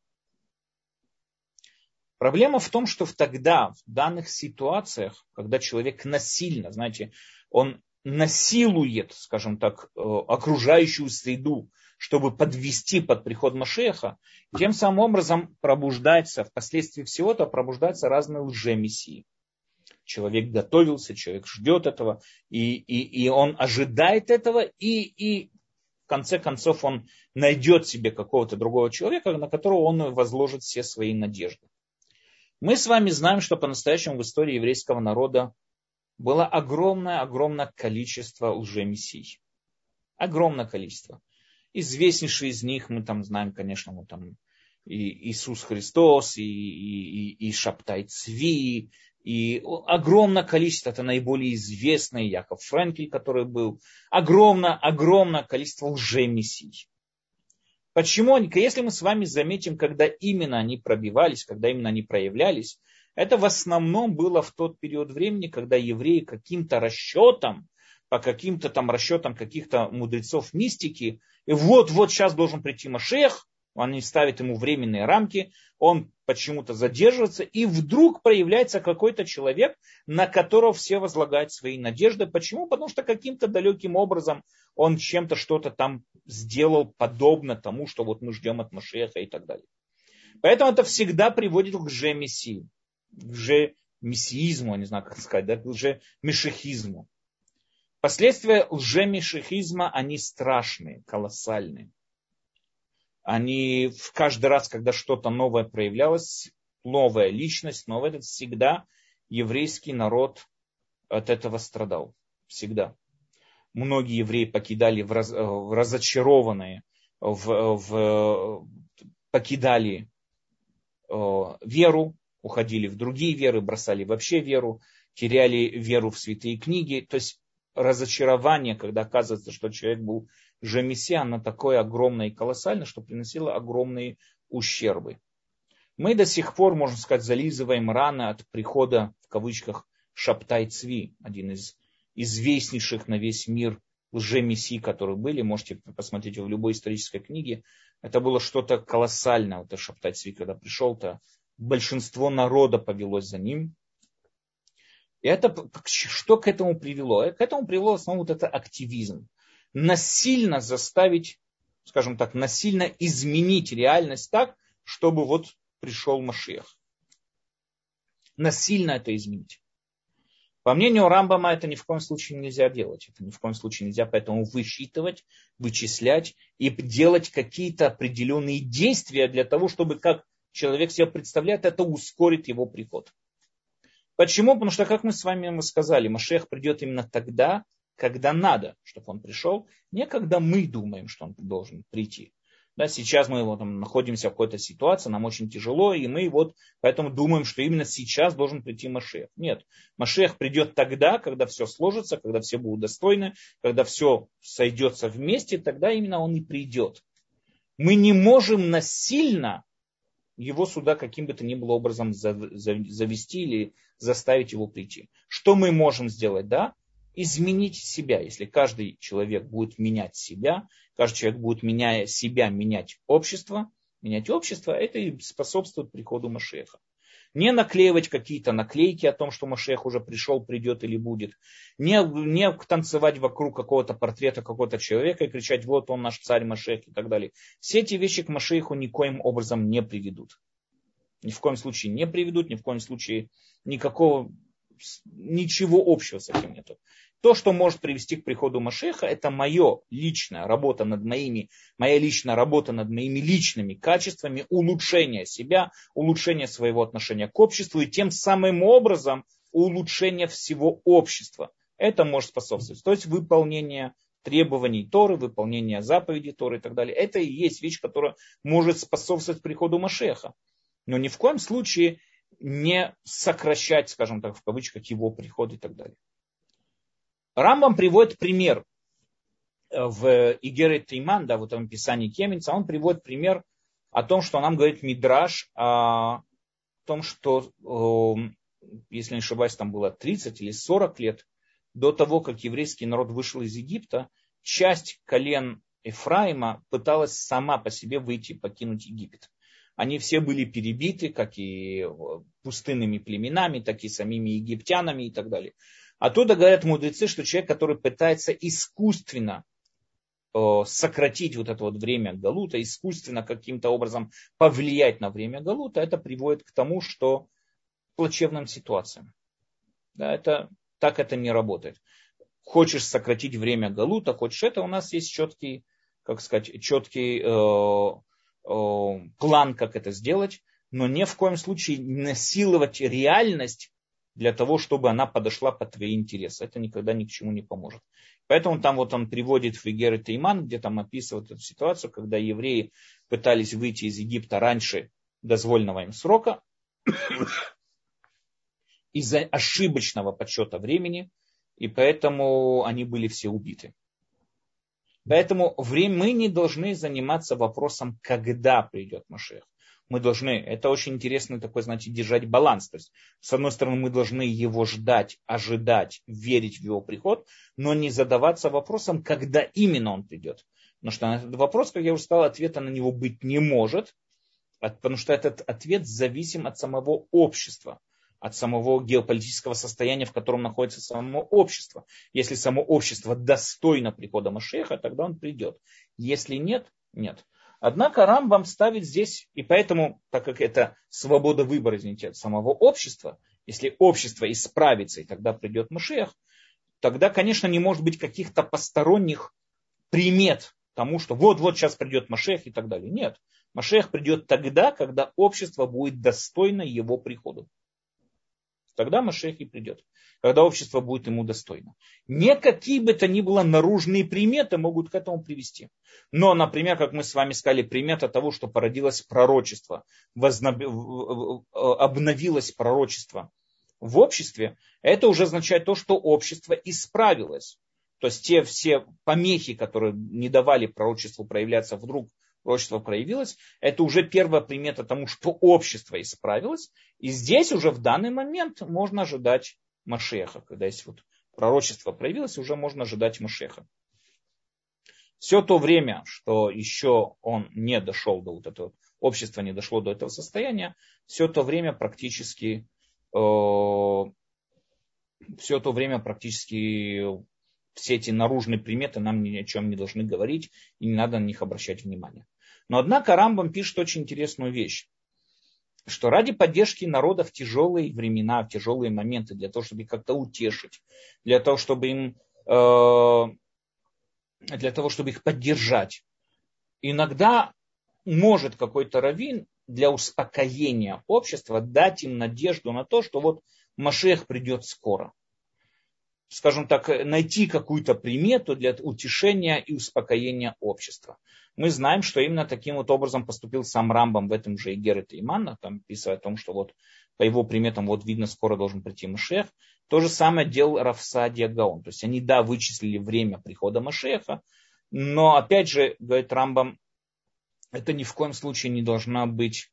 Проблема в том, что в данных ситуациях, когда человек насильно, знаете, он насилует, скажем так, окружающую среду, чтобы подвести под приход Машиаха, тем самым образом пробуждается, впоследствии всего-то пробуждаются разные лжемессии. Человек готовился, человек ждет этого, и он ожидает этого, и в конце концов он найдет себе какого-то другого человека, на которого он возложит все свои надежды. Мы с вами знаем, что по-настоящему в истории еврейского народа было огромное количество лжемессий. Огромное количество. Известнейший из них, мы там знаем, конечно, и Иисус Христос, и Шабтай Цви, и огромное количество, это наиболее известный Яков Френкель, который был, огромное количество лжемессий. Почему? Если мы с вами заметим, когда именно они пробивались, когда именно они проявлялись, это в основном было в тот период времени, когда евреи каким-то расчетом, по каким-то там расчетам каких-то мудрецов мистики, и вот сейчас должен прийти Машиах, они ставят ему временные рамки, он почему-то задерживается, и вдруг проявляется какой-то человек, на которого все возлагают свои надежды. Почему? Потому что каким-то далеким образом он чем-то что-то там сделал подобно тому, что вот мы ждем от Машиаха и так далее. Поэтому это всегда приводит к лжемессии, к лжемессиизму, не знаю, как сказать, да, к лжемешехизму. Последствия лжемешехизма, они страшные, колоссальные. Они в каждый раз, когда что-то новое проявлялось, новая личность, новая, это всегда еврейский народ от этого страдал. Всегда. Многие евреи покидали разочарованные, покидали веру, уходили в другие веры, бросали вообще веру, теряли веру в святые книги. То есть разочарование, когда оказывается, что человек был мессия, оно такое огромное и колоссальное, что приносило огромные ущербы. Мы до сих пор, можно сказать, зализываем раны от прихода, в кавычках, Шабтай Цви, один из известнейших на весь мир лжемессий, которые были. Можете посмотреть в любой исторической книге. Это было что-то колоссальное. Вот Шабтай Цви, когда пришел-то, большинство народа повелось за ним. И это что к этому привело? К этому привело в основном вот это активизм. Насильно заставить, скажем так, насильно изменить реальность так, чтобы вот пришел Машиах. Насильно это изменить. По мнению Рамбама, это ни в коем случае нельзя делать. Это ни в коем случае нельзя поэтому высчитывать, вычислять и делать какие-то определенные действия для того, чтобы, как человек себе представляет, это ускорит его приход. Почему? Потому что, как мы с вами сказали, Машиах придет именно тогда, когда надо, чтобы он пришел, не когда мы думаем, что он должен прийти. Да, сейчас мы вот, там, находимся в какой-то ситуации, нам очень тяжело, и мы вот поэтому думаем, что именно сейчас должен прийти Машиах. Нет, Машиах придет тогда, когда все сложится, когда все будут достойны, когда все сойдется вместе, тогда именно он и придет. Мы не можем насильно его сюда каким бы то ни было образом завести или заставить его прийти. Что мы можем сделать? Да? Изменить себя. Если каждый человек будет менять себя, каждый человек будет, меняя себя, менять общество, это и способствует приходу Машиаха. Не наклеивать какие-то наклейки о том, что Машиах уже пришел, придет или будет. Не танцевать вокруг какого-то портрета какого-то человека и кричать, вот он наш царь Машиах и так далее. Все эти вещи к Машиаху никоим образом не приведут. Ни в коем случае не приведут, ни в коем случае ничего общего с этим нету. То, что может привести к приходу Машиаха, это моя личная работа над моими личными качествами, улучшение себя, улучшение своего отношения к обществу и тем самым образом улучшение всего общества. Это может способствовать. То есть выполнение требований Торы, выполнение заповедей Торы и так далее. Это и есть вещь, которая может способствовать приходу Машиаха. Но ни в коем случае не сокращать, скажем так, в кавычках, его приход и так далее. Рамбам приводит пример в Игерет Тейман, да, в этом писании Кеменца, он приводит пример о том, что нам говорит Мидраш, о том, что, если не ошибаюсь, там было 30 или 40 лет до того, как еврейский народ вышел из Египта, часть колен Ефраима пыталась сама по себе выйти, покинуть Египет. Они все были перебиты, как и пустынными племенами, так и самими египтянами и так далее. Оттуда говорят мудрецы, что человек, который пытается искусственно сократить вот это вот время галута, искусственно каким-то образом повлиять на время галута, это приводит к тому, что плачевным ситуациям. Да, так это не работает. Хочешь сократить время галута, хочешь это, у нас есть четкий план, как это сделать, но ни в коем случае насиловать реальность для того, чтобы она подошла под твои интересы. Это никогда ни к чему не поможет. Поэтому там вот он приводит в Игерет Тейман, где там описывает эту ситуацию, когда евреи пытались выйти из Египта раньше дозволенного им срока из-за ошибочного подсчета времени, и поэтому они были все убиты. Поэтому мы не должны заниматься вопросом, когда придет Машиах. Мы должны, это очень интересно такой, значит, держать баланс. То есть, с одной стороны, мы должны его ждать, ожидать, верить в его приход, но не задаваться вопросом, когда именно он придет. Потому что на этот вопрос, как я уже сказал, ответа на него быть не может, потому что этот ответ зависим от самого общества, от самого геополитического состояния, в котором находится само общество. Если само общество достойно прихода Машиаха, тогда он придет. Если нет, нет. Однако Рамбам ставит здесь, и поэтому, так как это свобода выбора, извините, от самого общества, если общество исправится, и тогда придет Машиах, тогда, конечно, не может быть каких-то посторонних примет тому, что вот-вот сейчас придет Машиах и так далее. Нет. Машиах придет тогда, когда общество будет достойно его приходу. Тогда Машиах и придет, когда общество будет ему достойно. Никакие бы то ни было наружные приметы могут к этому привести. Но, например, как мы с вами сказали, примета того, что породилось пророчество, обновилось пророчество в обществе, это уже означает то, что общество исправилось. То есть те все помехи, которые не давали пророчеству проявляться, вдруг пророчество проявилось, это уже первая примета тому, что общество исправилось. И здесь уже в данный момент можно ожидать Машиаха. Когда есть вот пророчество проявилось, уже можно ожидать Машиаха. Все то время, что еще он не дошел до вот этого, общество не дошло до этого состояния, все то время практически все эти наружные приметы нам ни о чем не должны говорить, и не надо на них обращать внимание. Но однако Рамбам пишет очень интересную вещь, что ради поддержки народа в тяжелые времена, в тяжелые моменты, для того, чтобы их как-то утешить, для того, чтобы их поддержать, иногда может какой-то раввин для успокоения общества дать им надежду на то, что вот Машиах придет скоро. скажем так, найти какую-то примету для утешения и успокоения общества. Мы знаем, что именно таким вот образом поступил сам Рамбам в этом же Игер Теймана, там писая о том, что вот по его приметам вот видно, скоро должен прийти Машиах. То же самое делал Рав Сааdia Гаон. То есть они, да, вычислили время прихода Машиаха, но опять же, говорит Рамбам, это ни в коем случае не должна быть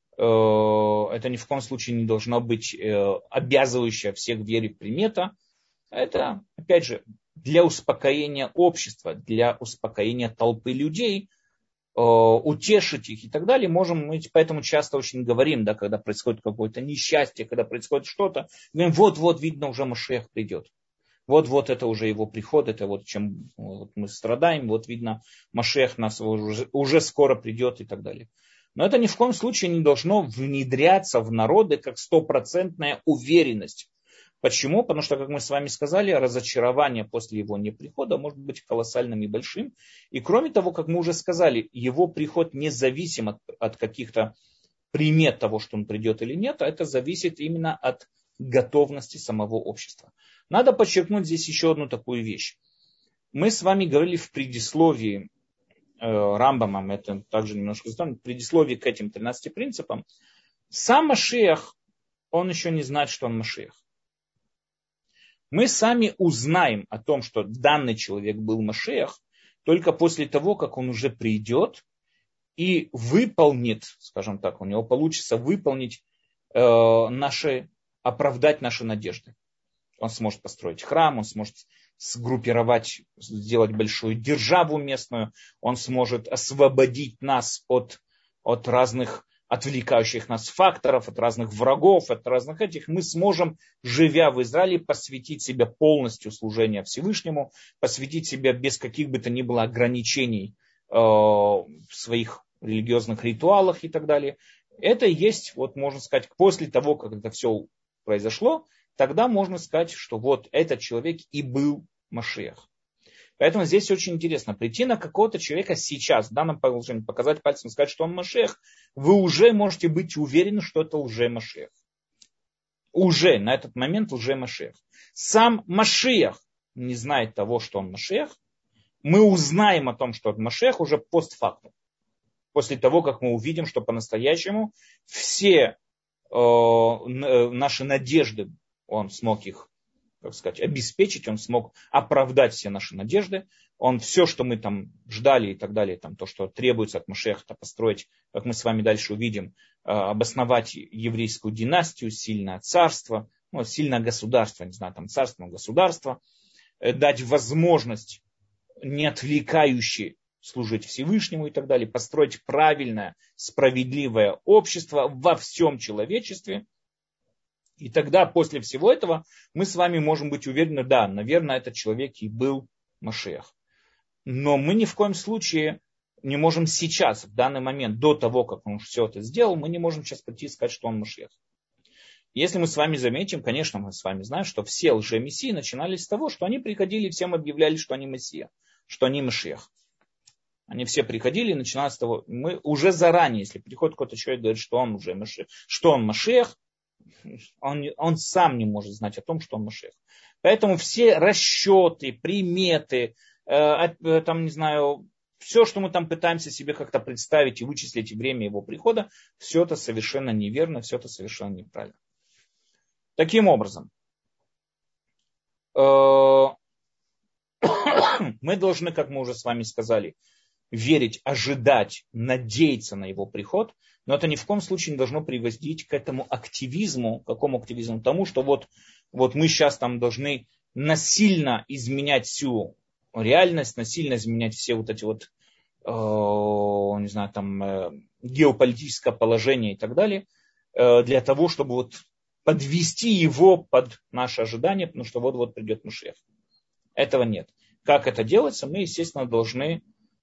обязывающая всех верить примета. Это, опять же, для успокоения общества, для успокоения толпы людей, утешить их и так далее. Мы поэтому часто очень говорим, да, когда происходит какое-то несчастье, когда происходит что-то, говорим, вот, видно, уже Машиах придет. Вот, это уже его приход, это вот чем вот мы страдаем, вот видно, Машиах нас уже скоро придет и так далее. Но это ни в коем случае не должно внедряться в народы как стопроцентная уверенность. Почему? Потому что, как мы с вами сказали, разочарование после его неприхода может быть колоссальным и большим. И кроме того, как мы уже сказали, его приход не зависим от каких-то примет того, что он придет или нет, а это зависит именно от готовности самого общества. Надо подчеркнуть здесь еще одну такую вещь. Мы с вами говорили в предисловии Рамбама, это также немножко в предисловии к этим 13 принципам. Сам Машиах, он еще не знает, что он Машиах. Мы сами узнаем о том, что данный человек был Машиах, только после того, как он уже придет и выполнит, скажем так, у него получится выполнить оправдать наши надежды. Он сможет построить храм, он сможет сгруппировать, сделать большую державу местную, он сможет освободить нас от разных отвлекающих нас факторов, от разных врагов, от разных этих. Мы сможем, живя в Израиле, посвятить себя полностью служению Всевышнему, посвятить себя без каких бы то ни было ограничений в своих религиозных ритуалах и так далее. Это и есть, вот можно сказать, после того, как это все произошло, тогда можно сказать, что вот этот человек и был Машиах. Поэтому здесь очень интересно. Прийти на какого-то человека сейчас, в данном положении, показать пальцем, сказать, что он Машиах, вы уже можете быть уверены, что это уже Машиах. Уже на этот момент уже Машиах. Сам Машиах не знает того, что он Машиах. Мы узнаем о том, что он Машиах уже постфактум. После того, как мы увидим, что по-настоящему все наши надежды, он смог их, так сказать, обеспечить, он смог оправдать все наши надежды. Он все, что мы там ждали и так далее, там, то, что требуется от Машиаха, это построить, как мы с вами дальше увидим, обосновать еврейскую династию, сильное царство, сильное государство, не знаю, там царство, но государство, дать возможность, не отвлекающие, служить Всевышнему и так далее, построить правильное, справедливое общество во всем человечестве. И тогда после всего этого мы с вами можем быть уверены, да, наверное, этот человек и был Машиах. Но мы ни в коем случае не можем сейчас, в данный момент, до того, как он все это сделал, мы не можем сейчас прийти и сказать, что он Машиах. Если мы с вами заметим, конечно, мы с вами знаем, что все лжемессии начинались с того, что они приходили и всем объявляли, что они Мессия, что они Машиах. Они все приходили и начинали с того, мы уже заранее, если приходит какой-то человек и говорит, что он уже Машиах, что он Машиах, он сам не может знать о том, что он Машиах. Поэтому все расчеты, приметы, там, не знаю, все, что мы там пытаемся себе как-то представить и вычислить время его прихода, все это совершенно неверно, все это совершенно неправильно. Таким образом, мы должны, как мы уже с вами сказали, верить, ожидать, надеяться на его приход, но это ни в коем случае не должно приводить к этому активизму. Какому активизму? Тому, что вот мы сейчас там должны насильно изменять всю реальность, насильно изменять все вот эти вот, не знаю, там геополитическое положение и так далее, для того, чтобы вот подвести его под наши ожидания, потому что вот придет Машиах. Этого нет. Как это делается? Мы, естественно, должны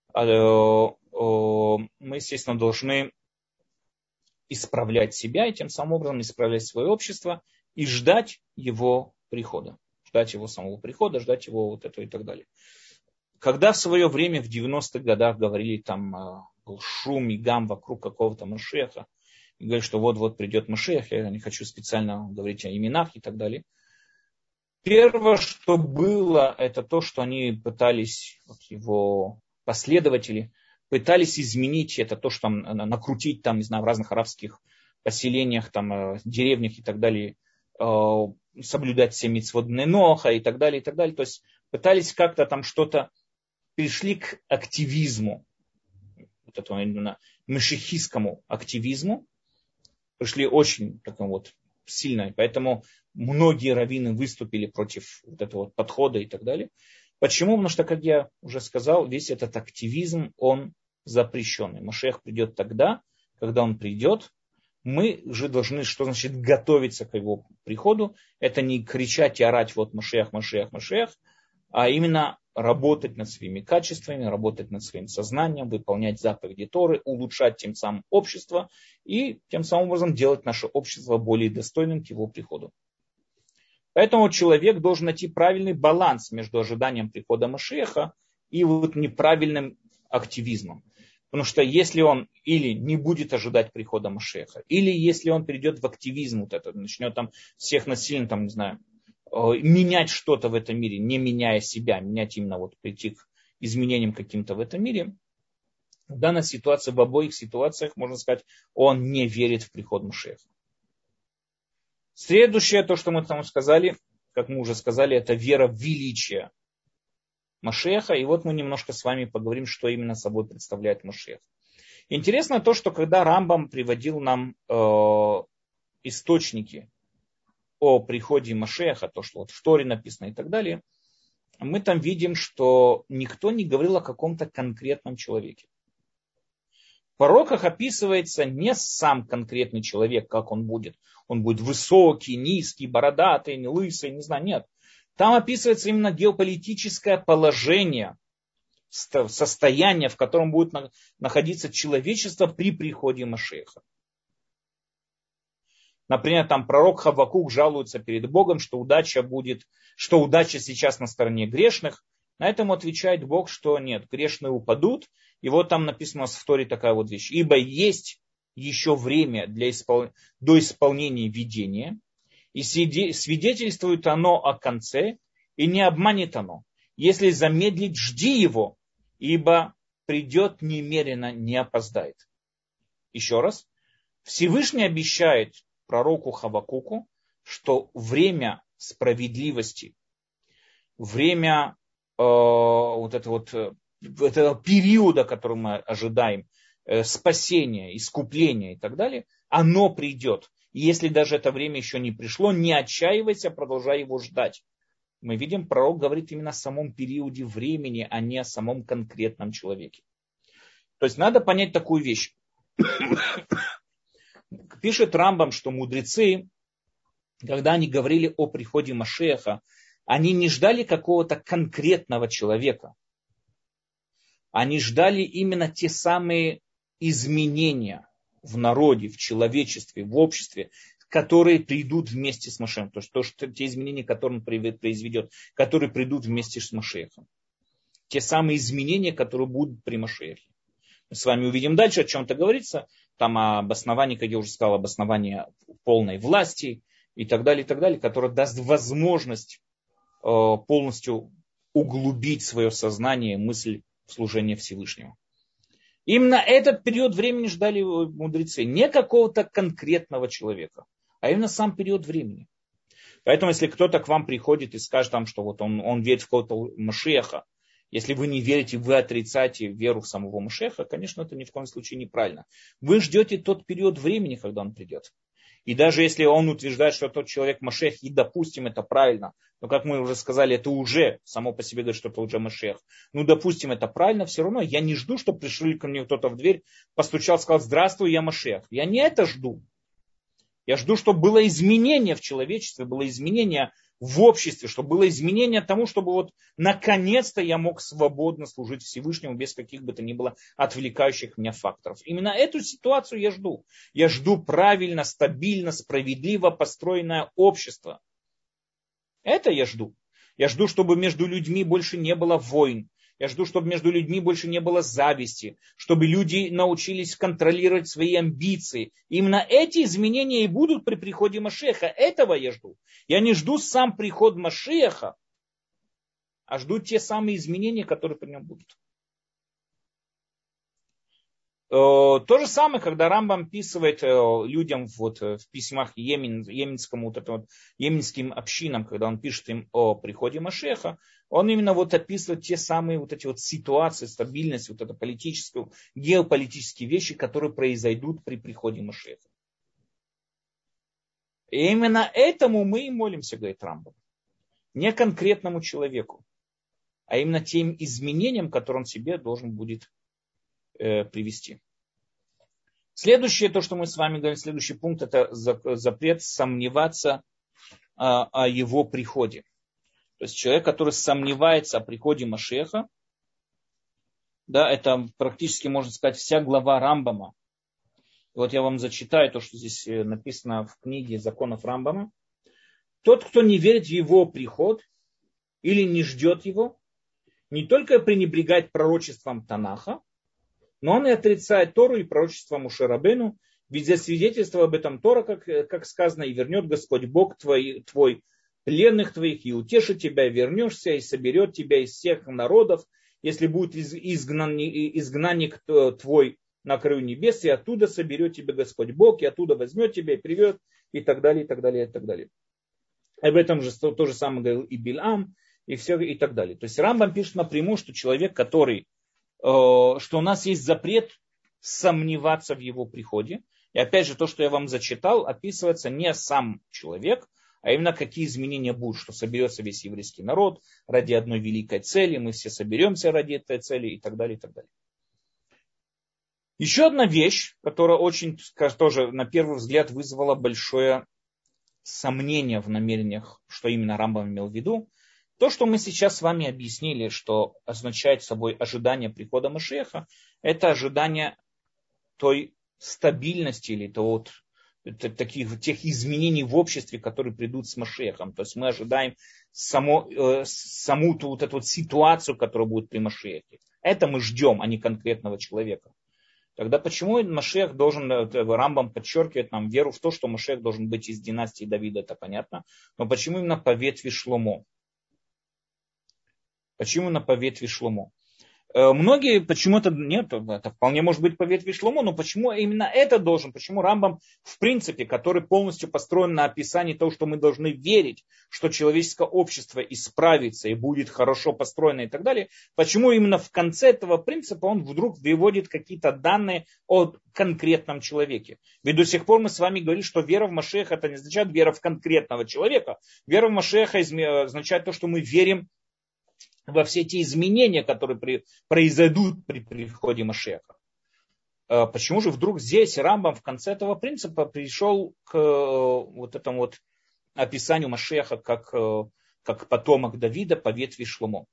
исправлять себя и тем самым образом исправлять свое общество и ждать его прихода. Ждать его самого прихода, ждать его вот этого и так далее. Когда в свое время в 90-х годах говорили, там был шум и гам вокруг какого-то Машиаха, и говорили, что вот придет Машиах, я не хочу специально говорить о именах и так далее. Первое, что было, это то, что они пытались, вот его последователи, пытались изменить это, то, что там, накрутить там, не знаю, в разных арабских поселениях, там, деревнях и так далее, соблюдать все мицвот Ноха и так далее, и так далее. То есть пытались как-то там что-то, перешли к активизму, вот этому именно машихистскому активизму, пришли очень такому вот сильно, поэтому многие раввины выступили против вот этого вот подхода и так далее. Почему? Потому что, как я уже сказал, весь этот активизм, он запрещенный. Машиах придет тогда, когда он придет. Мы же должны, что значит, готовиться к его приходу. Это не кричать и орать, вот Машиах, Машиах, Машиах, а именно работать над своими качествами, работать над своим сознанием, выполнять заповеди Торы, улучшать тем самым общество и тем самым образом делать наше общество более достойным к его приходу. Поэтому человек должен найти правильный баланс между ожиданием прихода Машиаха и вот неправильным активизмом. Потому что если он или не будет ожидать прихода Машиаха, или если он перейдет в активизм, вот это, начнет там всех насильно, там, не знаю, менять что-то в этом мире, не меняя себя, менять именно вот прийти к изменениям каким-то в этом мире, в данной ситуации, в обоих ситуациях, можно сказать, он не верит в приход Машиаха. Следующее, то, что мы там сказали, как мы уже сказали, это вера в величие Машиаха. И вот мы немножко с вами поговорим, что именно собой представляет Машиах. Интересно то, что когда Рамбам приводил нам источники о приходе Машиаха, то, что вот в Торе написано и так далее, мы там видим, что никто не говорил о каком-то конкретном человеке. В пророках описывается не сам конкретный человек, как он будет. Он будет высокий, низкий, бородатый, не лысый, не знаю, нет. Там описывается именно геополитическое положение, состояние, в котором будет находиться человечество при приходе Машиаха. Например, там пророк Хавакук жалуется перед Богом, что удача сейчас на стороне грешных. На этом отвечает Бог, что нет, грешные упадут. И вот там написано в Торе такая вот вещь. Ибо есть еще время до исполнения видения, и свидетельствует оно о конце, и не обманет оно. Если замедлить, жди его, ибо придет немедленно, не опоздает. Еще раз. Всевышний обещает пророку Хавакуку, что время справедливости, время этого периода, который мы ожидаем, спасения, искупления и так далее, оно придет. И если даже это время еще не пришло, не отчаивайся, продолжай его ждать. Мы видим, пророк говорит именно о самом периоде времени, а не о самом конкретном человеке. То есть надо понять такую вещь. Пишет Рамбам, что мудрецы, когда они говорили о приходе Машиаха, они не ждали какого-то конкретного человека. Они ждали именно те самые изменения в народе, в человечестве, в обществе, которые придут вместе с Машиахом. То есть те изменения, которые он произведет, которые придут вместе с Машиахом. Те самые изменения, которые будут при Машиахе. Мы с вами увидим дальше, о чем это говорится. Там об основании, как я уже сказал, об основании полной власти и так далее, которое даст возможность полностью углубить свое сознание, мысль в служение Всевышнему. Именно этот период времени ждали мудрецы. Не какого-то конкретного человека, а именно сам период времени. Поэтому, если кто-то к вам приходит и скажет, там, что вот он верит в какого-то Машиаха, если вы не верите, вы отрицаете веру в самого Машиаха, конечно, это ни в коем случае неправильно. Вы ждете тот период времени, когда он придет. И даже если он утверждает, что тот человек Машиах, и допустим, это правильно, но как мы уже сказали, это уже само по себе говорит, что это уже Машиах. Ну, допустим, это правильно, все равно я не жду, что пришли ко мне кто-то в дверь, постучал, сказал: здравствуй, я Машиах. Я не это жду. Я жду, чтобы было изменение в человечестве, было изменение в обществе, чтобы было изменение тому, чтобы вот наконец-то я мог свободно служить Всевышнему без каких бы то ни было отвлекающих меня факторов. Именно эту ситуацию я жду. Я жду правильно, стабильно, справедливо построенное общество. Это я жду. Я жду, чтобы между людьми больше не было войн, Я жду, чтобы между людьми больше не было зависти, чтобы люди научились контролировать свои амбиции. Именно эти изменения и будут при приходе Машеха. Этого я жду. Я не жду сам приход Машеха, а жду те самые изменения, которые при нем будут. То же самое, когда Рамбам описывает людям вот в письмах йеменскому, йеменским общинам, когда он пишет им о приходе Машеха, он именно вот описывает те самые вот эти вот ситуации, стабильность, вот это политическую, геополитические вещи, которые произойдут при приходе Машеха. И именно этому мы и молимся, говорит Рамбам. Не конкретному человеку, а именно тем изменениям, которые он себе должен будет привести. Следующее, то, что мы с вами говорим, следующий пункт, это запрет сомневаться о его приходе. То есть человек, который сомневается о приходе Машеха, да, это практически, можно сказать, вся глава Рамбама. Вот я вам зачитаю то, что здесь написано в книге законов Рамбама. Тот, кто не верит в его приход или не ждет его, не только пренебрегает пророчеством Танаха, но он и отрицает Тору и пророчество Моше Рабейну, ведь за свидетельство об этом Тора, как сказано, и вернет Господь Бог твой пленных твоих, и утешит тебя, и вернешься, и соберет тебя из всех народов, если будет изгнанник твой на краю небес, и оттуда соберет тебя Господь Бог, и оттуда возьмет тебя, и приведет, и так далее, и так далее, и так далее. Об этом же то же самое говорил и Бильам, и все, и так далее. То есть Рамбам пишет напрямую, что человек, что у нас есть запрет сомневаться в его приходе. И опять же, то, что я вам зачитал, описывается не сам человек, а именно какие изменения будут, что соберется весь еврейский народ ради одной великой цели, мы все соберемся ради этой цели и так далее, и так далее. Еще одна вещь, которая очень, тоже на первый взгляд вызвала большое сомнение в намерениях, что именно Рамбам имел в виду, то, что мы сейчас с вами объяснили, что означает собой ожидание прихода Машеха, это ожидание той стабильности или тех изменений в обществе, которые придут с Машехом. То есть мы ожидаем саму вот эту вот ситуацию, которая будет при Машехе. Это мы ждем, а не конкретного человека. Тогда почему Машех должен, Рамбам подчеркивает нам веру в то, что Машех должен быть из династии Давида, это понятно. Но почему именно по ветви Шломо? Почему именно по ветви Шломо? Многие почему-то нет, это вполне может быть по ветви Шломо, но почему именно это должен? Почему Рамбам, в принципе, который полностью построен на описании того, что мы должны верить, что человеческое общество исправится и будет хорошо построено и так далее, почему именно в конце этого принципа он вдруг выводит какие-то данные о конкретном человеке? Ведь до сих пор мы с вами говорили, что вера в Машеха это не означает вера в конкретного человека. Вера в Машеха означает то, что мы верим во все эти изменения, которые произойдут при приходе Машеха. Почему же вдруг здесь Рамбам в конце этого принципа пришел к вот этому вот описанию Машеха как потомок Давида по ветви Шломо?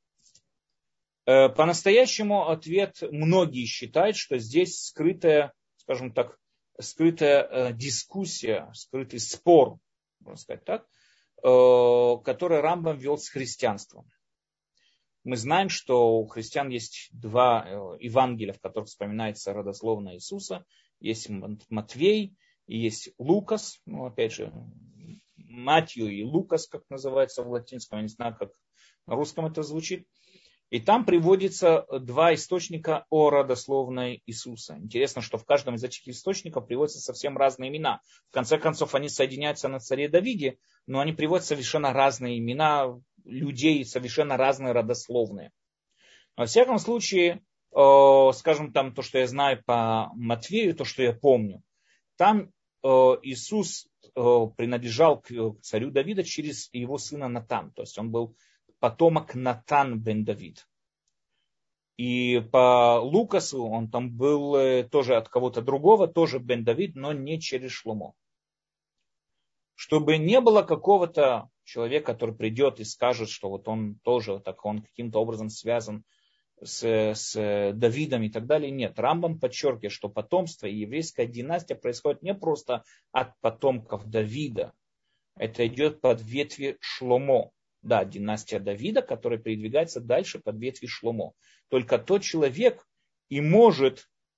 По-настоящему ответ многие считают, что здесь скрытая, скажем так, скрытая дискуссия, скрытый спор, можно сказать так, который Рамбам вел с христианством. Мы знаем, что у христиан есть два Евангелия, в которых вспоминается родословная Иисуса. Есть Матвей и есть Лукас. Ну, опять же, Матью и Лукас, как называется в латинском. Я не знаю, как на русском это звучит. И там приводится два источника о родословной Иисуса. Интересно, что в каждом из этих источников приводятся совсем разные имена. В конце концов, они соединяются на царе Давиде, но они приводят совершенно разные имена людей, совершенно разные родословные. Во всяком случае, скажем там то, что я знаю по Матвею, то, что я помню, там Иисус принадлежал к царю Давида через его сына Натан. То есть он был потомок Натан бен Давид. И по Лукасу он там был тоже от кого-то другого, тоже бен Давид, но не через Шломо. Чтобы не было какого-то человека, который придет и скажет, что вот он тоже так, он каким-то образом связан с Давидом и так далее. Нет, Рамбам подчеркивает, что потомство и еврейская династия происходит не просто от потомков Давида. Это идет под ветви Шломо. Да, династия Давида, которая передвигается дальше под ветви Шломо. Только тот человек и можно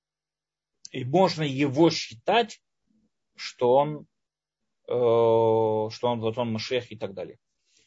его считать, что он вот он Машех и так далее.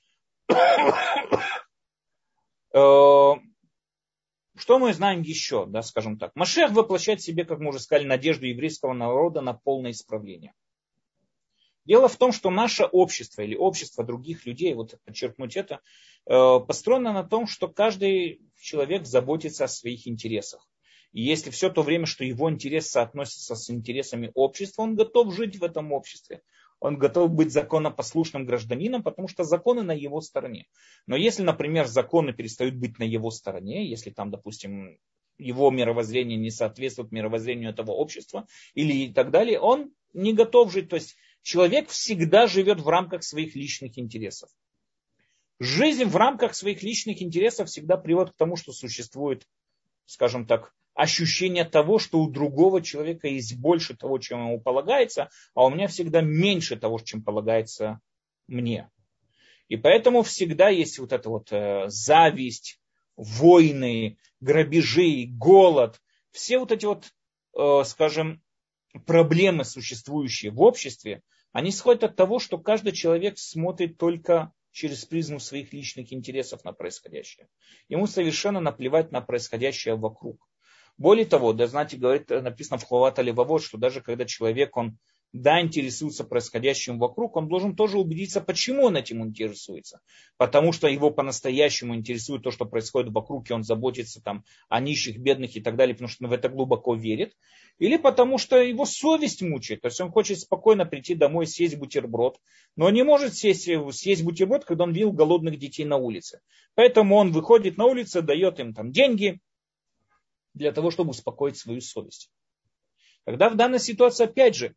Что мы знаем еще, да, скажем так. Машех воплощает в себе, как мы уже сказали, надежду еврейского народа на полное исправление. Дело в том, что наше общество или общество других людей, вот подчеркнуть это, построено на том, что каждый человек заботится о своих интересах. И если все то время, что его интерес соотносится с интересами общества, он готов жить в этом обществе. Он готов быть законопослушным гражданином, потому что законы на его стороне. Но если, например, законы перестают быть на его стороне, если там, допустим, его мировоззрение не соответствует мировоззрению этого общества или и так далее, он не готов жить. То есть человек всегда живет в рамках своих личных интересов. Жизнь в рамках своих личных интересов всегда приводит к тому, что существует, скажем так, ощущение того, что у другого человека есть больше того, чем ему полагается, а у меня всегда меньше того, чем полагается мне. И поэтому всегда есть вот эта вот зависть, войны, грабежи, голод. Все вот эти вот, скажем, проблемы, существующие в обществе, они исходят от того, что каждый человек смотрит только через призму своих личных интересов на происходящее. Ему совершенно наплевать на происходящее вокруг. Более того, да, знаете, написано в Хулат Алевавот, что даже когда человек, он интересуется происходящим вокруг, он должен тоже убедиться, почему он этим интересуется. Потому что его по-настоящему интересует то, что происходит вокруг, и он заботится там о нищих, бедных и так далее, потому что он в это глубоко верит. Или потому что его совесть мучает. То есть он хочет спокойно прийти домой, съесть бутерброд, но не может съесть бутерброд, когда он видел голодных детей на улице. Поэтому он выходит на улицу, дает им там деньги для того, чтобы успокоить свою совесть. Тогда в данной ситуации, опять же,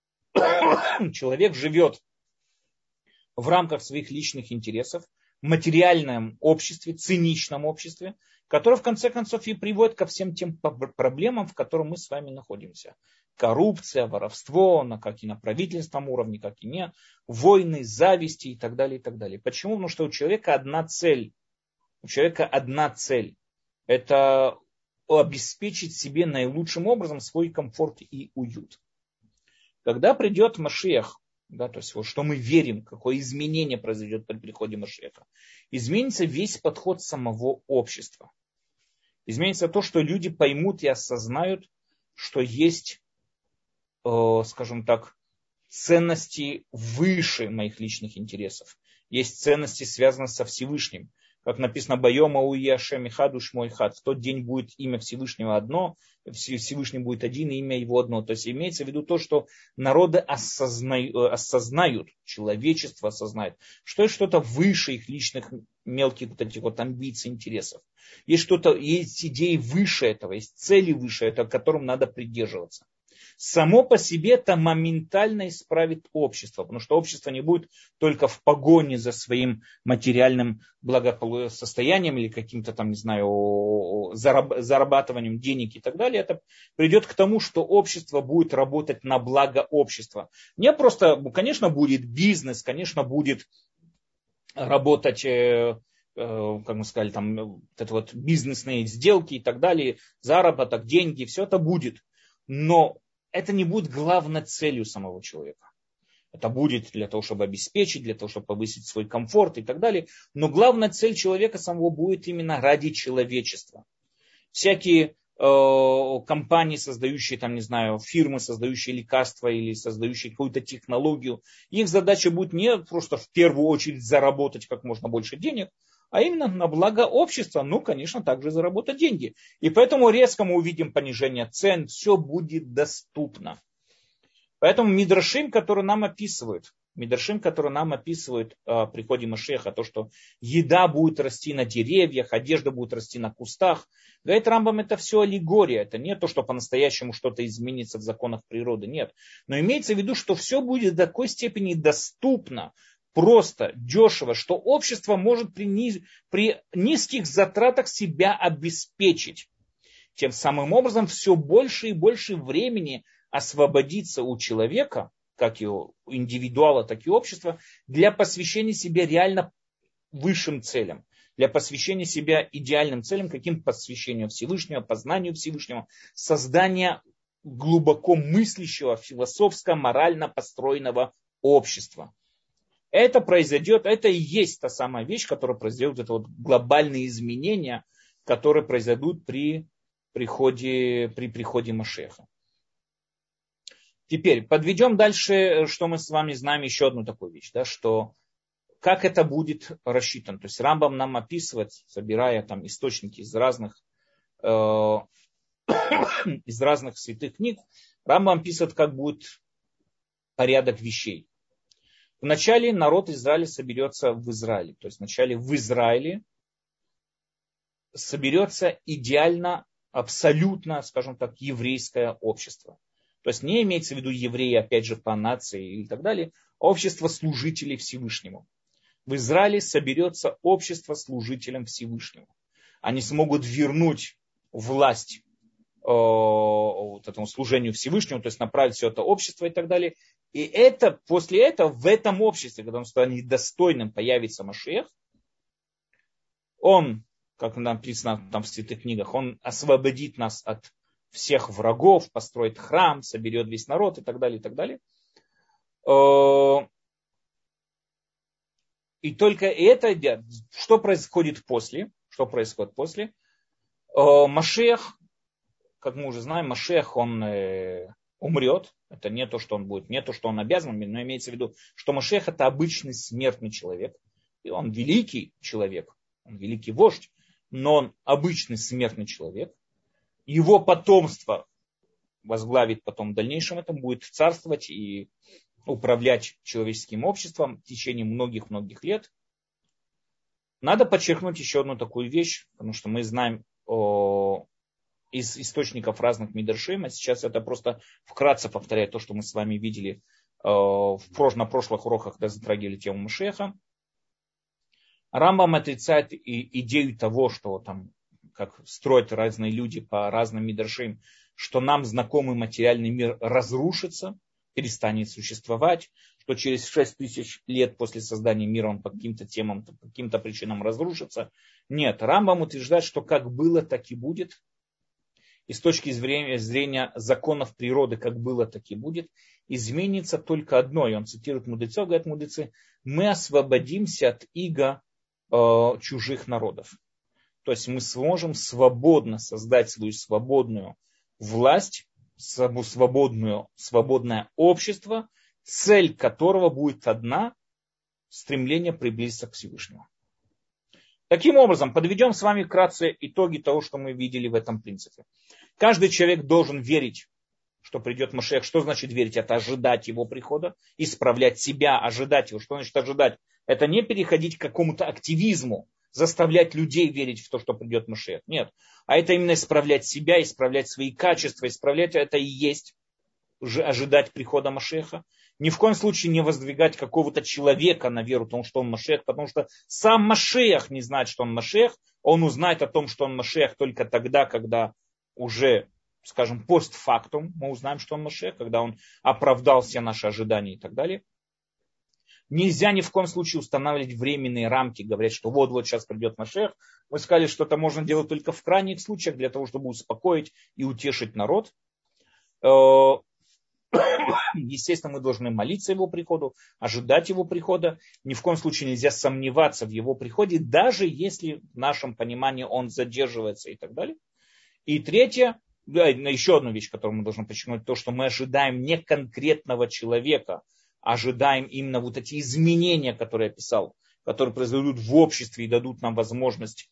человек живет в рамках своих личных интересов, в материальном обществе, циничном обществе, которое в конце концов и приводит ко всем тем проблемам, в которых мы с вами находимся. Коррупция, воровство, как и на правительственном уровне, как и не, войны, зависти и так далее, и так далее. Почему? Потому что у человека одна цель. Это обеспечить себе наилучшим образом свой комфорт и уют. Когда придет Машиах, да, то есть вот, что мы верим, какое изменение произойдет при приходе Машиаха, изменится весь подход самого общества. Изменится то, что люди поймут и осознают, что есть, скажем так, ценности выше моих личных интересов. Есть ценности, связанные со Всевышним. Как написано, «Байома уи Ашем ихадуш мой хад». В тот день будет имя Всевышнего одно, Всевышний будет один, и имя его одно. То есть имеется в виду то, что народы осознают, человечество осознает, что есть что-то выше их личных мелких вот этих вот амбиций, интересов. Есть идеи выше этого, есть цели выше этого, к которым надо придерживаться. Само по себе это моментально исправит общество, потому что общество не будет только в погоне за своим материальным благосостоянием или каким-то там, не знаю, зарабатыванием денег и так далее. Это придет к тому, что общество будет работать на благо общества. Не просто, конечно, будет бизнес, конечно, будет работать, как мы сказали, там, это вот бизнесные сделки и так далее, заработок, деньги, все это будет. Но это не будет главной целью самого человека. Это будет для того, чтобы обеспечить, для того, чтобы повысить свой комфорт и так далее. Но главная цель человека самого будет именно ради человечества. Всякие компании, создающие, там, не знаю, фирмы, создающие лекарства или создающие какую-то технологию, их задача будет не просто в первую очередь заработать как можно больше денег, а именно на благо общества, конечно, также заработать деньги. И поэтому резко мы увидим понижение цен, все будет доступно. Поэтому Мидрашим, который нам описывает о приходе Машеха, то, что еда будет расти на деревьях, одежда будет расти на кустах, говорит Рамбам, это все аллегория, это не то, что по-настоящему что-то изменится в законах природы, нет. Но имеется в виду, что все будет до такой степени доступно, просто, дешево, что общество может при низких затратах себя обеспечить. Тем самым образом все больше и больше времени освободится у человека, как и у индивидуала, так и у общества, для посвящения себе реально высшим целям, для посвящения себя идеальным целям, каким посвящению Всевышнего, познанию Всевышнего, создания глубоко мыслящего, философско, морально построенного общества. Это произойдет, это и есть та самая вещь, которая произойдет, это вот глобальные изменения, которые произойдут при приходе Машеха. Теперь подведем дальше, что мы с вами знаем, еще одну такую вещь, да, что как это будет рассчитано. То есть Рамбам нам описывает, собирая там источники из разных святых книг, Рамбам описывает, как будет порядок вещей. Вначале народ Израиля соберется в Израиле. То есть вначале в Израиле соберется идеально, абсолютно, скажем так, еврейское общество. То есть не имеется в виду евреи, опять же, по нации и так далее, а общество служителей Всевышнему. В Израиле соберется общество служителям Всевышнего. Они смогут вернуть власть вот этому служению Всевышнему, то есть направить все это общество и так далее. И это, после этого в этом обществе, когда он станет достойным, появится Машиах, он, как написано там в святых книгах, он освободит нас от всех врагов, построит храм, соберет весь народ и так далее, и так далее. И только это, что происходит после? Что происходит после? Машиах, как мы уже знаем, Машиах, он умрет. Это не то, что он будет, не то, что он обязан, но имеется в виду, что Машиах это обычный смертный человек. И он великий человек, он великий вождь, но он обычный смертный человек. Его потомство возглавит потом в дальнейшем это, будет царствовать и управлять человеческим обществом в течение многих-многих лет. Надо подчеркнуть еще одну такую вещь, потому что мы знаем из источников разных мидрашим, а сейчас это просто вкратце повторяет то, что мы с вами видели на прошлых уроках, когда затрагивали тему Машеха. Рамбам отрицает идею того, что там, как строят разные люди по разным мидрашим, что нам знакомый материальный мир разрушится, перестанет существовать, что через 6000 лет после создания мира он по каким-то темам, по каким-то причинам разрушится. Нет, Рамбам утверждает, что как было, так и будет. И с точки зрения законов природы, как было, так и будет, изменится только одно. И он цитирует мудрецов, говорят мудрецы, мы освободимся от иго чужих народов. То есть мы сможем свободно создать свою свободную власть, свободное общество, цель которого будет одна – стремление приблизиться к Всевышнему. Таким образом, подведем с вами вкратце итоги того, что мы видели в этом принципе. Каждый человек должен верить, что придет Машиах. Что значит верить? Это ожидать его прихода, исправлять себя, ожидать его. Что значит ожидать? Это не переходить к какому-то активизму, заставлять людей верить в то, что придет Машиах. Нет. А это именно исправлять себя, исправлять свои качества, исправлять это и есть ожидать прихода Машиаха. Ни в коем случае не воздвигать какого-то человека на веру, потому что он Машиах, потому что сам Машиах не знает, что он Машиах. Он узнает о том, что он Машиах только тогда, когда уже, скажем, постфактум мы узнаем, что он Машиах, когда он оправдал все наши ожидания и так далее. Нельзя ни в коем случае устанавливать временные рамки, говорить, что вот сейчас придет Машиах. Мы сказали, что это можно делать только в крайних случаях, для того, чтобы успокоить и утешить народ. Естественно, мы должны молиться его приходу, ожидать его прихода. Ни в коем случае нельзя сомневаться в его приходе, даже если в нашем понимании он задерживается и так далее. И третье, еще одну вещь, которую мы должны подчеркнуть, то, что мы ожидаем не конкретного человека, ожидаем именно вот эти изменения, которые я писал, которые произойдут в обществе и дадут нам возможность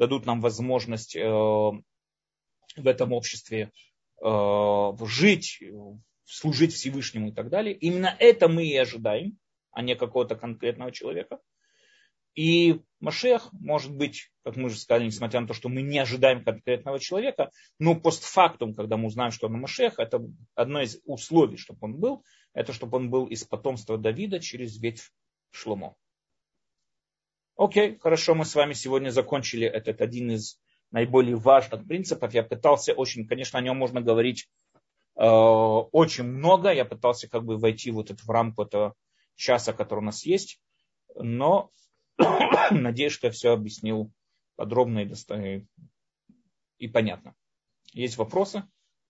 в этом обществе жить, служить Всевышнему и так далее. Именно это мы и ожидаем, а не какого-то конкретного человека. И Машиах, может быть, как мы уже сказали, несмотря на то, что мы не ожидаем конкретного человека, но постфактум, когда мы узнаем, что он Машиах, это одно из условий, чтобы он был, это чтобы он был из потомства Давида через ветвь Шломо. Окей, хорошо, мы с вами сегодня закончили этот один из наиболее важных принципов. Я пытался конечно, о нем можно говорить очень много. Я пытался войти в рамку этого часа, который у нас есть. Но Надеюсь, что я все объяснил подробно и понятно. Есть вопросы?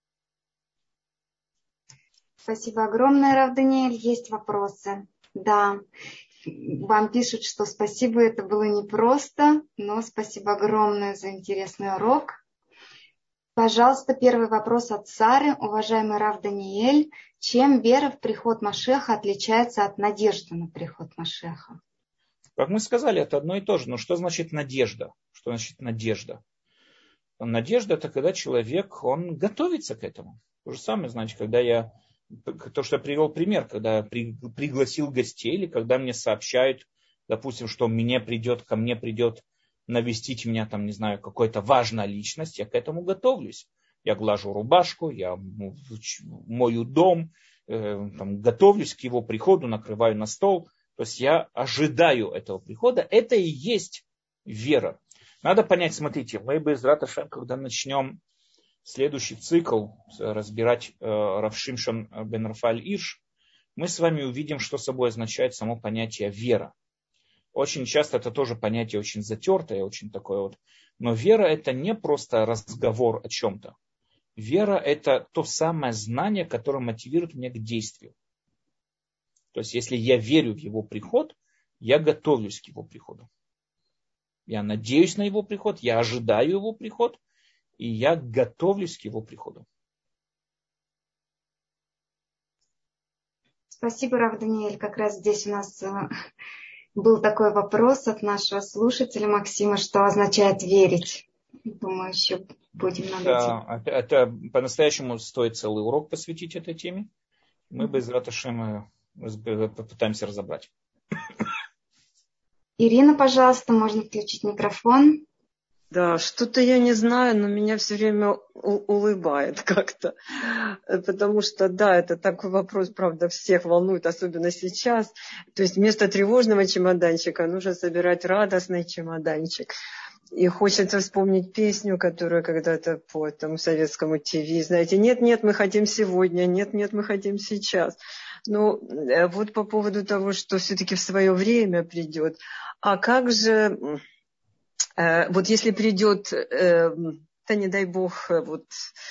Спасибо огромное, Рав Даниэль. Есть вопросы? Да. Вам пишут, что спасибо, это было непросто, но спасибо огромное за интересный урок. Пожалуйста, первый вопрос от Сары. Уважаемый Рав Даниэль, чем вера в приход Машеха отличается от надежды на приход Машеха? Как мы сказали, это одно и то же. Но что значит надежда? Что значит надежда? Надежда – это когда человек, он готовится к этому. То же самое, значит, то, что я привел пример, когда я пригласил гостей, или когда мне сообщают, допустим, что ко мне придет навестить меня, там, не знаю, какая-то важная личность, я к этому готовлюсь. Я глажу рубашку, я мою дом, готовлюсь к его приходу, накрываю на стол. То есть я ожидаю этого прихода. Это и есть вера. Надо понять, смотрите, мы без Раташем, когда начнем следующий цикл разбирать Рав Шимшон бен Рафаэль Ирш, мы с вами увидим, что собой означает само понятие вера. Очень часто это тоже понятие очень затертое, очень такое вот. Но вера это не просто разговор о чем-то. Вера это то самое знание, которое мотивирует меня к действию. То есть если я верю в его приход, я готовлюсь к его приходу. Я надеюсь на его приход, я ожидаю его приход, и я готовлюсь к его приходу. Спасибо, Рав Даниэль. Как раз здесь у нас был такой вопрос от нашего слушателя Максима, что означает верить. Думаю, еще будем над этим. Это по-настоящему стоит целый урок посвятить этой теме. Мы без Раташема попытаемся разобрать. Ирина, пожалуйста, можно включить микрофон. Да, что-то я не знаю, но меня все время улыбает как-то. Потому что, да, это такой вопрос, правда, всех волнует, особенно сейчас. То есть вместо тревожного чемоданчика нужно собирать радостный чемоданчик. И хочется вспомнить песню, которую когда-то по тому советскому ТВ, знаете, нет-нет, мы хотим сегодня, нет-нет, мы хотим сейчас. Ну, вот по поводу того, что все-таки в свое время придет. А как же... Вот если придет, да не дай бог, вот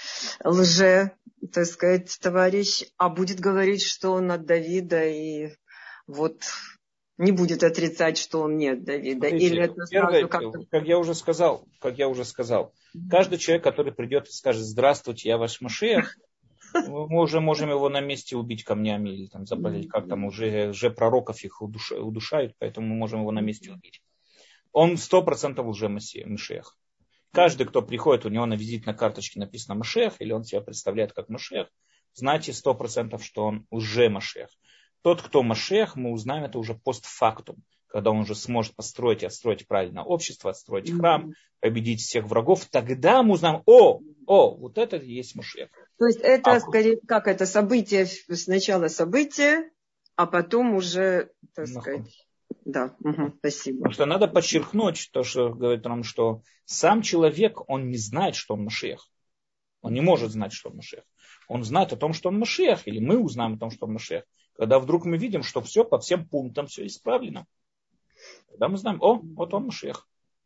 так сказать, товарищ, а будет говорить, что он от Давида, и вот не будет отрицать, что он не от Давида. Смотрите, или это сразу как-то... как я уже сказал, каждый человек, который придет и скажет: здравствуйте, я ваш Машиах, мы уже можем его на месте убить камнями или там запалить, как там уже пророков их удушают, поэтому мы можем его на месте убить. Он 100% уже Машиах. Каждый, кто приходит, у него на визитной карточке написано Машиах, или он себя представляет как Машиах, знайте 100%, что он уже Машиах. Тот, кто Машиах, мы узнаем это уже постфактум, когда он уже сможет построить и отстроить правильное общество, отстроить храм, победить всех врагов. Тогда мы узнаем: вот это и есть Машиах. То есть это скорее как это событие, сначала событие, а потом уже, так сказать... Да, спасибо. Потому что надо подчеркнуть то, что говорит нам, что сам человек, он не знает, что он Машиах. Он не может знать, что он Машиах. Он знает о том, что он Машиах, или мы узнаем о том, что он Машиах. Когда вдруг мы видим, что все по всем пунктам, все исправлено. Тогда мы знаем: вот он Машиах.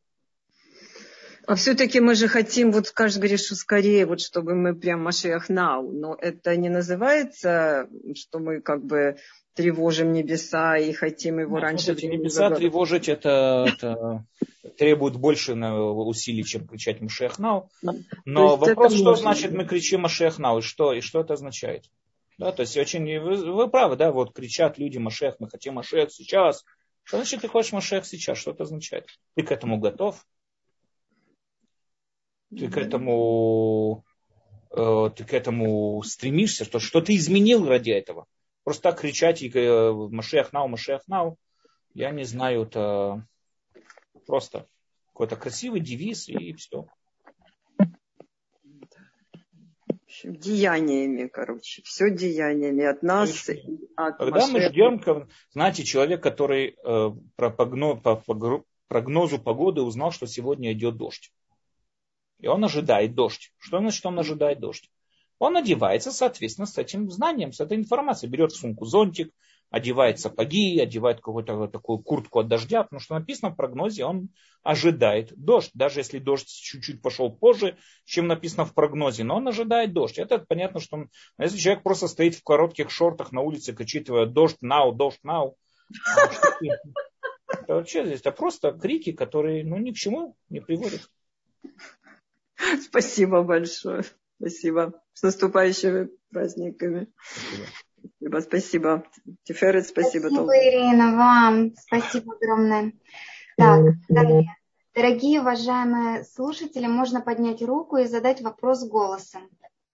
А все-таки мы же хотим, вот каждый говорит, что скорее, вот чтобы мы прям Машиах нау. Но это не называется, что мы как бы тревожим небеса и хотим его раньше. Смотрите, небеса тревожить это требует больше усилий, чем кричать Машиах нау. Но вопрос, что значит мы кричим Машиах нау, и что это означает? Да, то есть вы правы, да, вот кричат люди: Машиах, мы хотим Машиах сейчас. Что значит ты хочешь Машиах сейчас? Что это означает? Ты к этому готов? Ты к этому стремишься? Что ты изменил ради этого? Просто так кричать Машиах нау, я не знаю, это просто какой-то красивый девиз и все. Деяниями, все деяниями от нас. Когда мы ждем, знаете, человек, который по прогнозу погоды узнал, что сегодня идет дождь. И он ожидает дождь. Что значит он ожидает дождь? Он одевается, соответственно, с этим знанием, с этой информацией. Берет в сумку зонтик, одевает сапоги, одевает какую-то такую куртку от дождя, потому что написано в прогнозе, он ожидает дождь, даже если дождь чуть-чуть пошел позже, чем написано в прогнозе, но он ожидает дождь. Это понятно, что если человек просто стоит в коротких шортах на улице, кричит дождь now, это вообще здесь это просто крики, которые ни к чему не приводят. Спасибо большое. Спасибо. С наступающими праздниками. Спасибо. Тиферет, спасибо. Спасибо, Ирина, вам. Спасибо огромное. Так, дорогие уважаемые слушатели, можно поднять руку и задать вопрос голосом.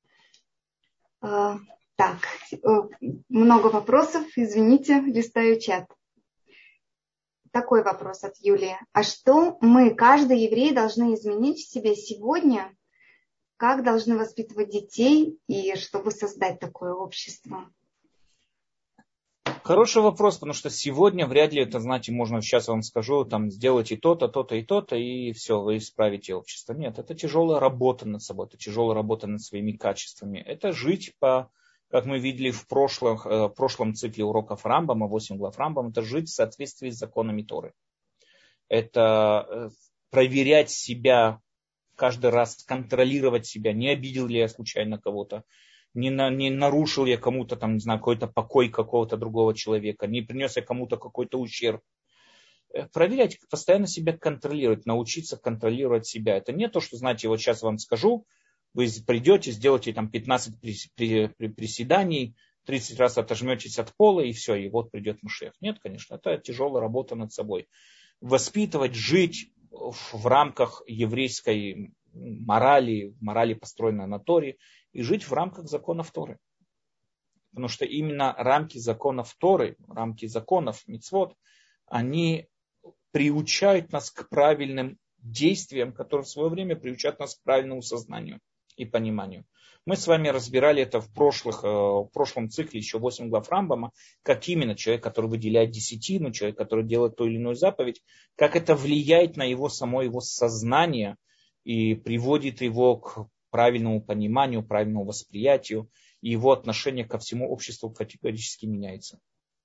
Так, много вопросов, извините, листаю чат. Такой вопрос от Юлии. А что мы, каждый еврей, должны изменить в себе сегодня? Как должны воспитывать детей и чтобы создать такое общество? Хороший вопрос, потому что сегодня вряд ли это, знаете, можно, сейчас вам скажу, там, сделайте то-то, то-то и то-то, и все, вы исправите общество. Нет, это тяжелая работа над собой, это тяжелая работа над своими качествами. Это жить по, как мы видели в прошлом цикле уроков Рамбама, 8 глав Рамбама, это жить в соответствии с законами Торы. Это проверять себя каждый раз, контролировать себя, не обидел ли я случайно кого-то, не нарушил я кому-то, там, не знаю, какой-то покой какого-то другого человека, не принес я кому-то какой-то ущерб. Проверять, постоянно себя контролировать, научиться контролировать себя. Это не то, что, знаете, вот сейчас вам скажу, вы придете, сделаете там 15 приседаний, 30 раз отожметесь от пола и все, и вот придет Машиах. Нет, конечно, это тяжелая работа над собой. Воспитывать, жить в рамках еврейской морали, построенной на Торе, и жить в рамках законов Торы. Потому что именно рамки законов Торы, рамки законов, мицвот, они приучают нас к правильным действиям, которые в свое время приучат нас к правильному сознанию и пониманию. Мы с вами разбирали это в прошлом цикле, еще 8 глав Рамбама, как именно человек, который выделяет десятину, человек, который делает ту или иную заповедь, как это влияет на его сознание и приводит его к правильному пониманию, правильному восприятию, и его отношение ко всему обществу категорически меняется.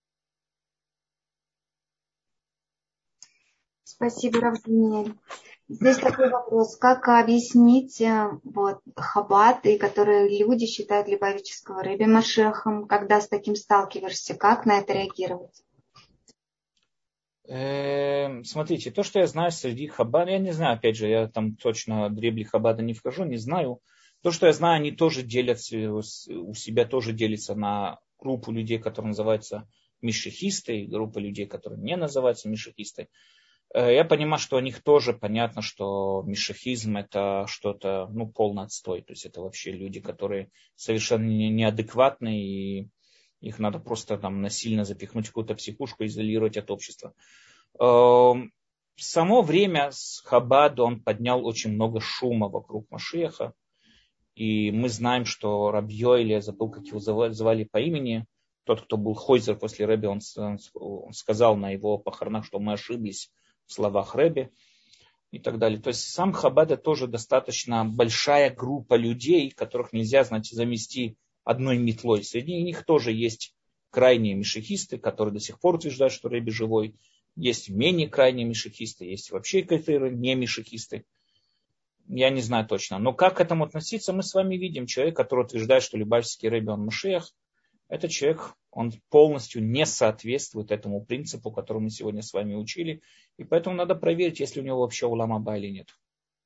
Спасибо, Рав Даниэль. Здесь такой вопрос. Как объяснить Хаббат, и которые люди считают Либавического Ребе Машехом, когда с таким сталкиваешься, как на это реагировать? Смотрите, то, что я знаю среди Хаббада, я не знаю, опять же, я там точно дребли Хаббада не вхожу, не знаю. То, что я знаю, они тоже делятся, у себя тоже делятся на группу людей, которые называются мишехисты, и группа людей, которые не называются мишехисты. Я понимаю, что у них тоже понятно, что мишехизм это что-то, полный отстой. То есть это вообще люди, которые совершенно неадекватны, и их надо просто там насильно запихнуть в какую-то психушку, изолировать от общества. В само время с Хаббада он поднял очень много шума вокруг Машиаха. И мы знаем, что Раб Йоэль, я забыл, как его звали по имени, тот, кто был хойзер после Рэби, он сказал на его похоронах, что мы ошиблись в словах Рэби и так далее. То есть сам Хаббад это тоже достаточно большая группа людей, которых нельзя, замести одной метлой. Среди них тоже есть крайние мишехисты, которые до сих пор утверждают, что Рэби живой. Есть менее крайние мишехисты, есть вообще какие-то не мишехисты. Я не знаю точно. Но как к этому относиться, мы с вами видим. Человек, который утверждает, что Любавический Рэби, он Машиах, этот человек, он полностью не соответствует этому принципу, который мы сегодня с вами учили. И поэтому надо проверить, есть ли у него вообще улам аба или нет.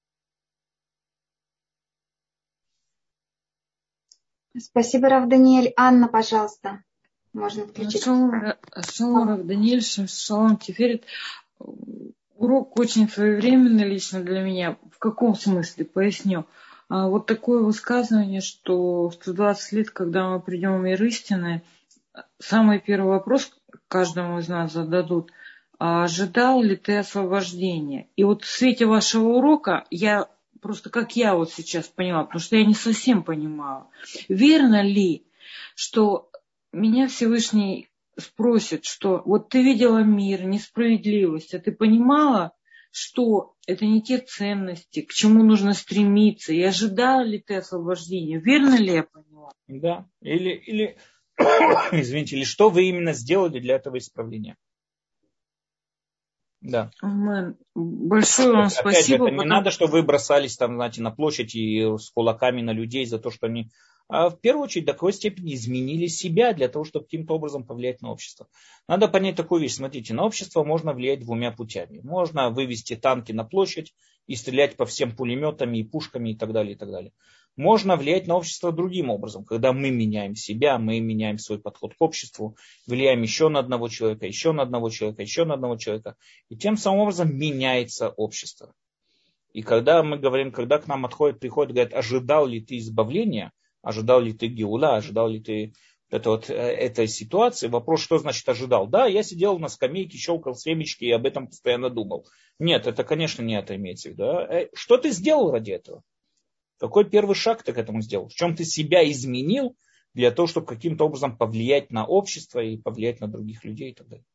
Спасибо, Рав Даниэль. Анна, пожалуйста. Можно включить. Шалом, Рав Даниэль, шалом, Тиферет. Урок очень своевременный лично для меня. В каком смысле? Поясню. Вот такое высказывание, что в 120 лет, когда мы придем в мир истины, самый первый вопрос каждому из нас зададут: ожидал ли ты освобождения? И вот в свете вашего урока я просто, как я вот сейчас поняла, потому что я не совсем понимала, верно ли, что меня Всевышний спросит, что вот ты видела мир, несправедливость, а ты понимала, что это не те ценности, к чему нужно стремиться, и ожидала ли ты освобождения? Верно ли я поняла? Да. Или Извините, или что вы именно сделали для этого исправления? Да. Большое вам спасибо. Опять же, это не надо, чтобы вы бросались там, знаете, на площадь и с кулаками на людей за то, что они... А в первую очередь до какой степени изменили себя для того, чтобы каким-то образом повлиять на общество. Надо понять такую вещь. Смотрите, на общество можно влиять двумя путями. Можно вывести танки на площадь и стрелять по всем пулеметами и пушками и так далее, и так далее. Можно влиять на общество другим образом, когда мы меняем себя, мы меняем свой подход к обществу, влияем еще на одного человека, еще на одного человека, еще на одного человека. И тем самым образом меняется общество. И когда мы говорим, когда к нам приходит, говорят, ожидал ли ты избавления, ожидал ли ты геула, ожидал ли ты этой ситуации, вопрос, что значит ожидал. Да, я сидел на скамейке, щелкал семечки и об этом постоянно думал. Нет, это, конечно, не это имеется в виду. Что ты сделал ради этого? Какой первый шаг ты к этому сделал? В чем ты себя изменил для того, чтобы каким-то образом повлиять на общество и повлиять на других людей и так далее?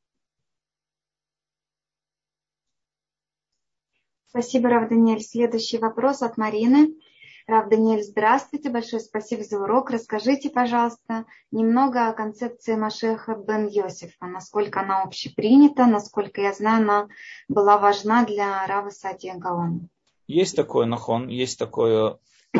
Спасибо, Рав Даниэль. Следующий вопрос от Марины. Рав Даниэль, здравствуйте. Большое спасибо за урок. Расскажите, пожалуйста, немного о концепции Машеха бен Йосефа. Насколько она общепринята, насколько я знаю, она была важна для Рава Саадия Гаона. Есть такое нахон, есть такое...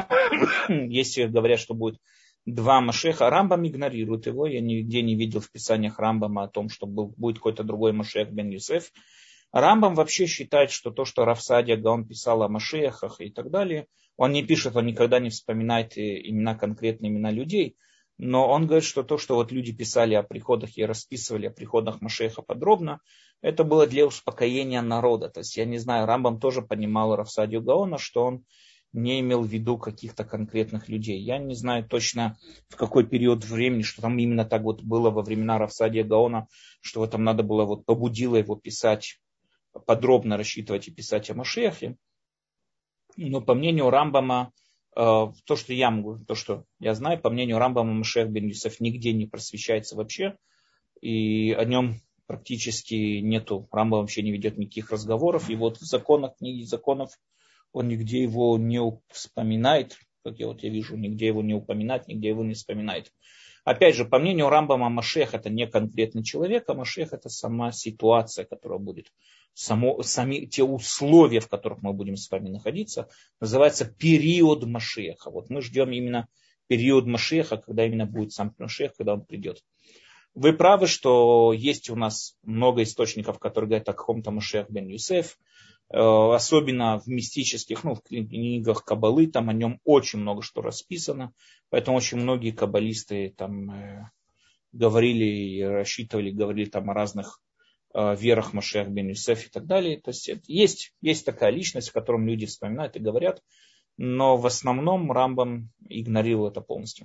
Если говорят, что будет два Машеха, Рамбам игнорирует его. Я нигде не видел в писаниях Рамбама о том, что будет какой-то другой Машех бен Йосеф. Рамбам вообще считает, что то, что Рав Саадия Гаон писал о Машехах и так далее, он не пишет, он никогда не вспоминает имена, конкретные имена людей, но он говорит, что то, что вот люди писали о приходах и расписывали о приходах Машеха подробно, это было для успокоения народа. То есть, я не знаю, Рамбам тоже понимал Рав Саадию Гаона, что он не имел в виду каких-то конкретных людей. Я не знаю точно, в какой период времени, что там именно так вот было во времена Рав Саадия Гаона, что там надо было, вот побудило его писать, подробно рассчитывать и писать о Машехе. Но по мнению Рамбама, то, что я могу, то, что я знаю, по мнению Рамбама, Машех бен Йосеф нигде не просвещается вообще, и о нем практически нету, Рамбам вообще не ведет никаких разговоров, и вот в законах, книге законов, он нигде его не вспоминает, как я вижу, нигде его не упоминает, нигде его не вспоминает. Опять же, по мнению Рамбама, Машех это не конкретный человек, а Машех это сама ситуация, которая будет, сами те условия, в которых мы будем с вами находиться, называется период Машеха. Вот мы ждем именно период Машеха, когда именно будет сам Машех, когда он придет. Вы правы, что есть у нас много источников, которые говорят о каком-то Машех бен Йосеф, особенно в мистических, в книгах Каббалы, там о нем очень много что расписано, поэтому очень многие каббалисты там говорили и рассчитывали, говорили там о разных верах Машех бен Йосеф и так далее. То есть такая личность, о которой люди вспоминают и говорят, но в основном Рамбам игнорировал это полностью.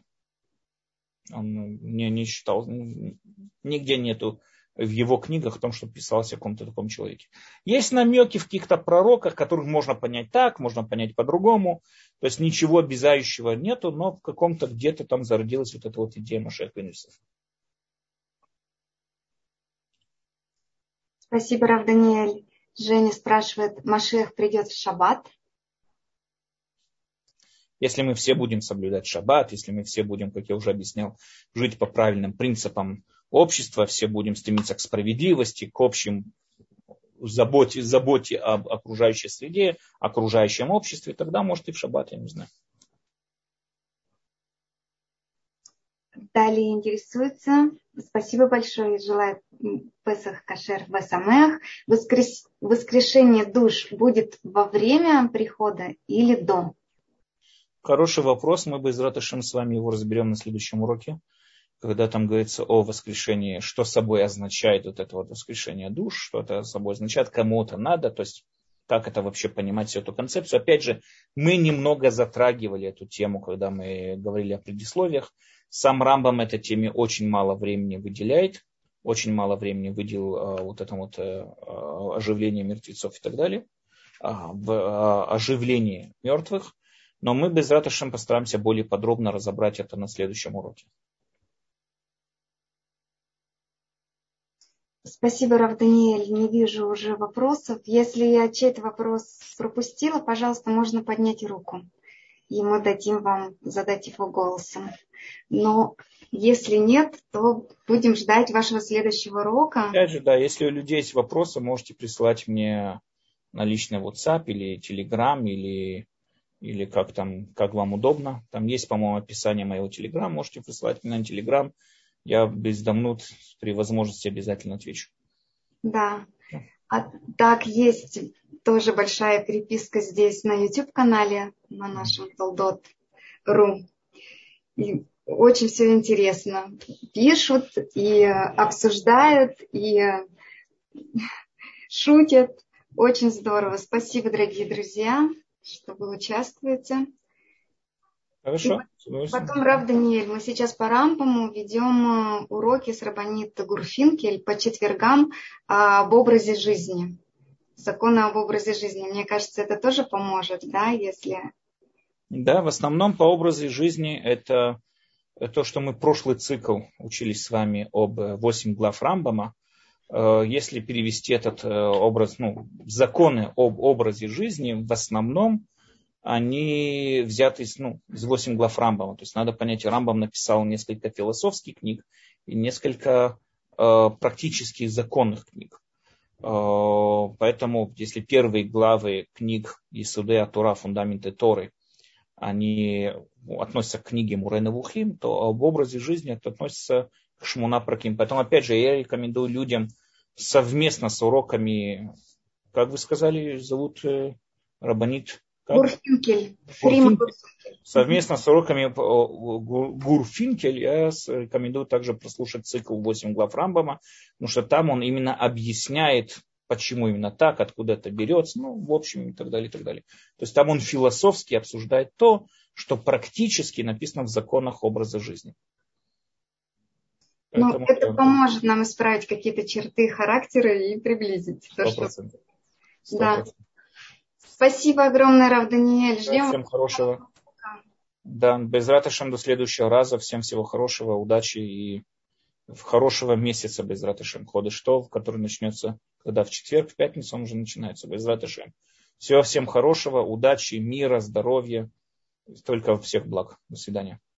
Он не считал, нигде нету в его книгах о том, что писалось о каком-то таком человеке. Есть намеки в каких-то пророках, которых можно понять так, можно понять по-другому. То есть ничего обязающего нету, но в каком-то где-то там зародилась вот эта вот идея Машеха бен Йосеф. Спасибо, Рав Даниэль. Женя спрашивает, Машех придет в шаббат? Если мы все будем соблюдать шаббат, если мы все будем, как я уже объяснял, жить по правильным принципам общества, все будем стремиться к справедливости, к общим заботе об окружающей среде, окружающем обществе, тогда, может, и в шаббат, я не знаю. Далее интересуется. Спасибо большое. Желаю Песах Кашер Весамеах. Воскрешение душ будет во время прихода или до? Хороший вопрос. Мы бы из Раташем с вами его разберем на следующем уроке, когда там говорится о воскрешении, что собой означает вот это вот воскрешение душ, что это собой означает, кому это надо, то есть как это вообще понимать всю эту концепцию. Опять же, мы немного затрагивали эту тему, когда мы говорили о предисловиях. Сам Рамбам этой теме очень мало времени выделяет, очень мало времени выделил вот этому вот оживлению мертвецов и так далее, в оживлении мертвых. Но мы без Раташем постараемся более подробно разобрать это на следующем уроке. Спасибо, Рав Даниэль. Не вижу уже вопросов. Если я чей-то вопрос пропустила, пожалуйста, можно поднять руку. И мы дадим вам задать его голосом. Но Если нет, то будем ждать вашего следующего урока. Опять же, да, если у людей есть вопросы, можете присылать мне на личный WhatsApp или Telegram, или как там, как вам удобно. Там есть, по-моему, описание моего Telegram. Можете присылать мне на Telegram. Я без дамнут при возможности обязательно отвечу. Да. А так есть тоже большая переписка здесь на YouTube-канале, на нашем Толдот.ру. И очень все интересно. Пишут и обсуждают, и шутят. Очень здорово. Спасибо, дорогие друзья, что вы участвуете. Хорошо. Потом, Рав Даниэль, мы сейчас по Рамбаму ведем уроки с Рабанит Гурфинкель по четвергам об образе жизни. Законы об образе жизни. Мне кажется, это тоже поможет, да, если... Да, в основном по образу жизни это то, что мы прошлый цикл учились с вами об 8 глав Рамбама. Если перевести этот образ, законы об образе жизни, в основном они взяты из 8 глав Рамбама. То есть надо понять, Рамбам написал несколько философских книг и несколько практических законных книг. Поэтому, если первые главы книг Исудей Тора, фундаменты Торы, они относятся к книге Мурей Невухим, то об образе жизни это относится к Шмуна Праким. Поэтому, опять же, я рекомендую людям совместно с уроками, как вы сказали, зовут Рабанит? Гурфинкель. Совместно с уроками Гурфинкель я рекомендую также прослушать цикл 8 глав Рамбама, потому что там он именно объясняет, почему именно так, откуда это берется, в общем, и так далее, и так далее. То есть там он философски обсуждает то, что практически написано в законах образа жизни. Поэтому это поможет нам исправить какие-то черты характера и приблизить. 100%. Да. Спасибо огромное, Рав Даниэль. Ждем. Всем хорошего. Да, Безрат Ашем до следующего раза. Всем всего хорошего, удачи и хорошего месяца Безрат Ашем. Ходыш Тов, который начнется, когда в четверг, в пятницу он уже начинается. Безрат Ашем. Всего всем хорошего, удачи, мира, здоровья. Только всех благ. До свидания.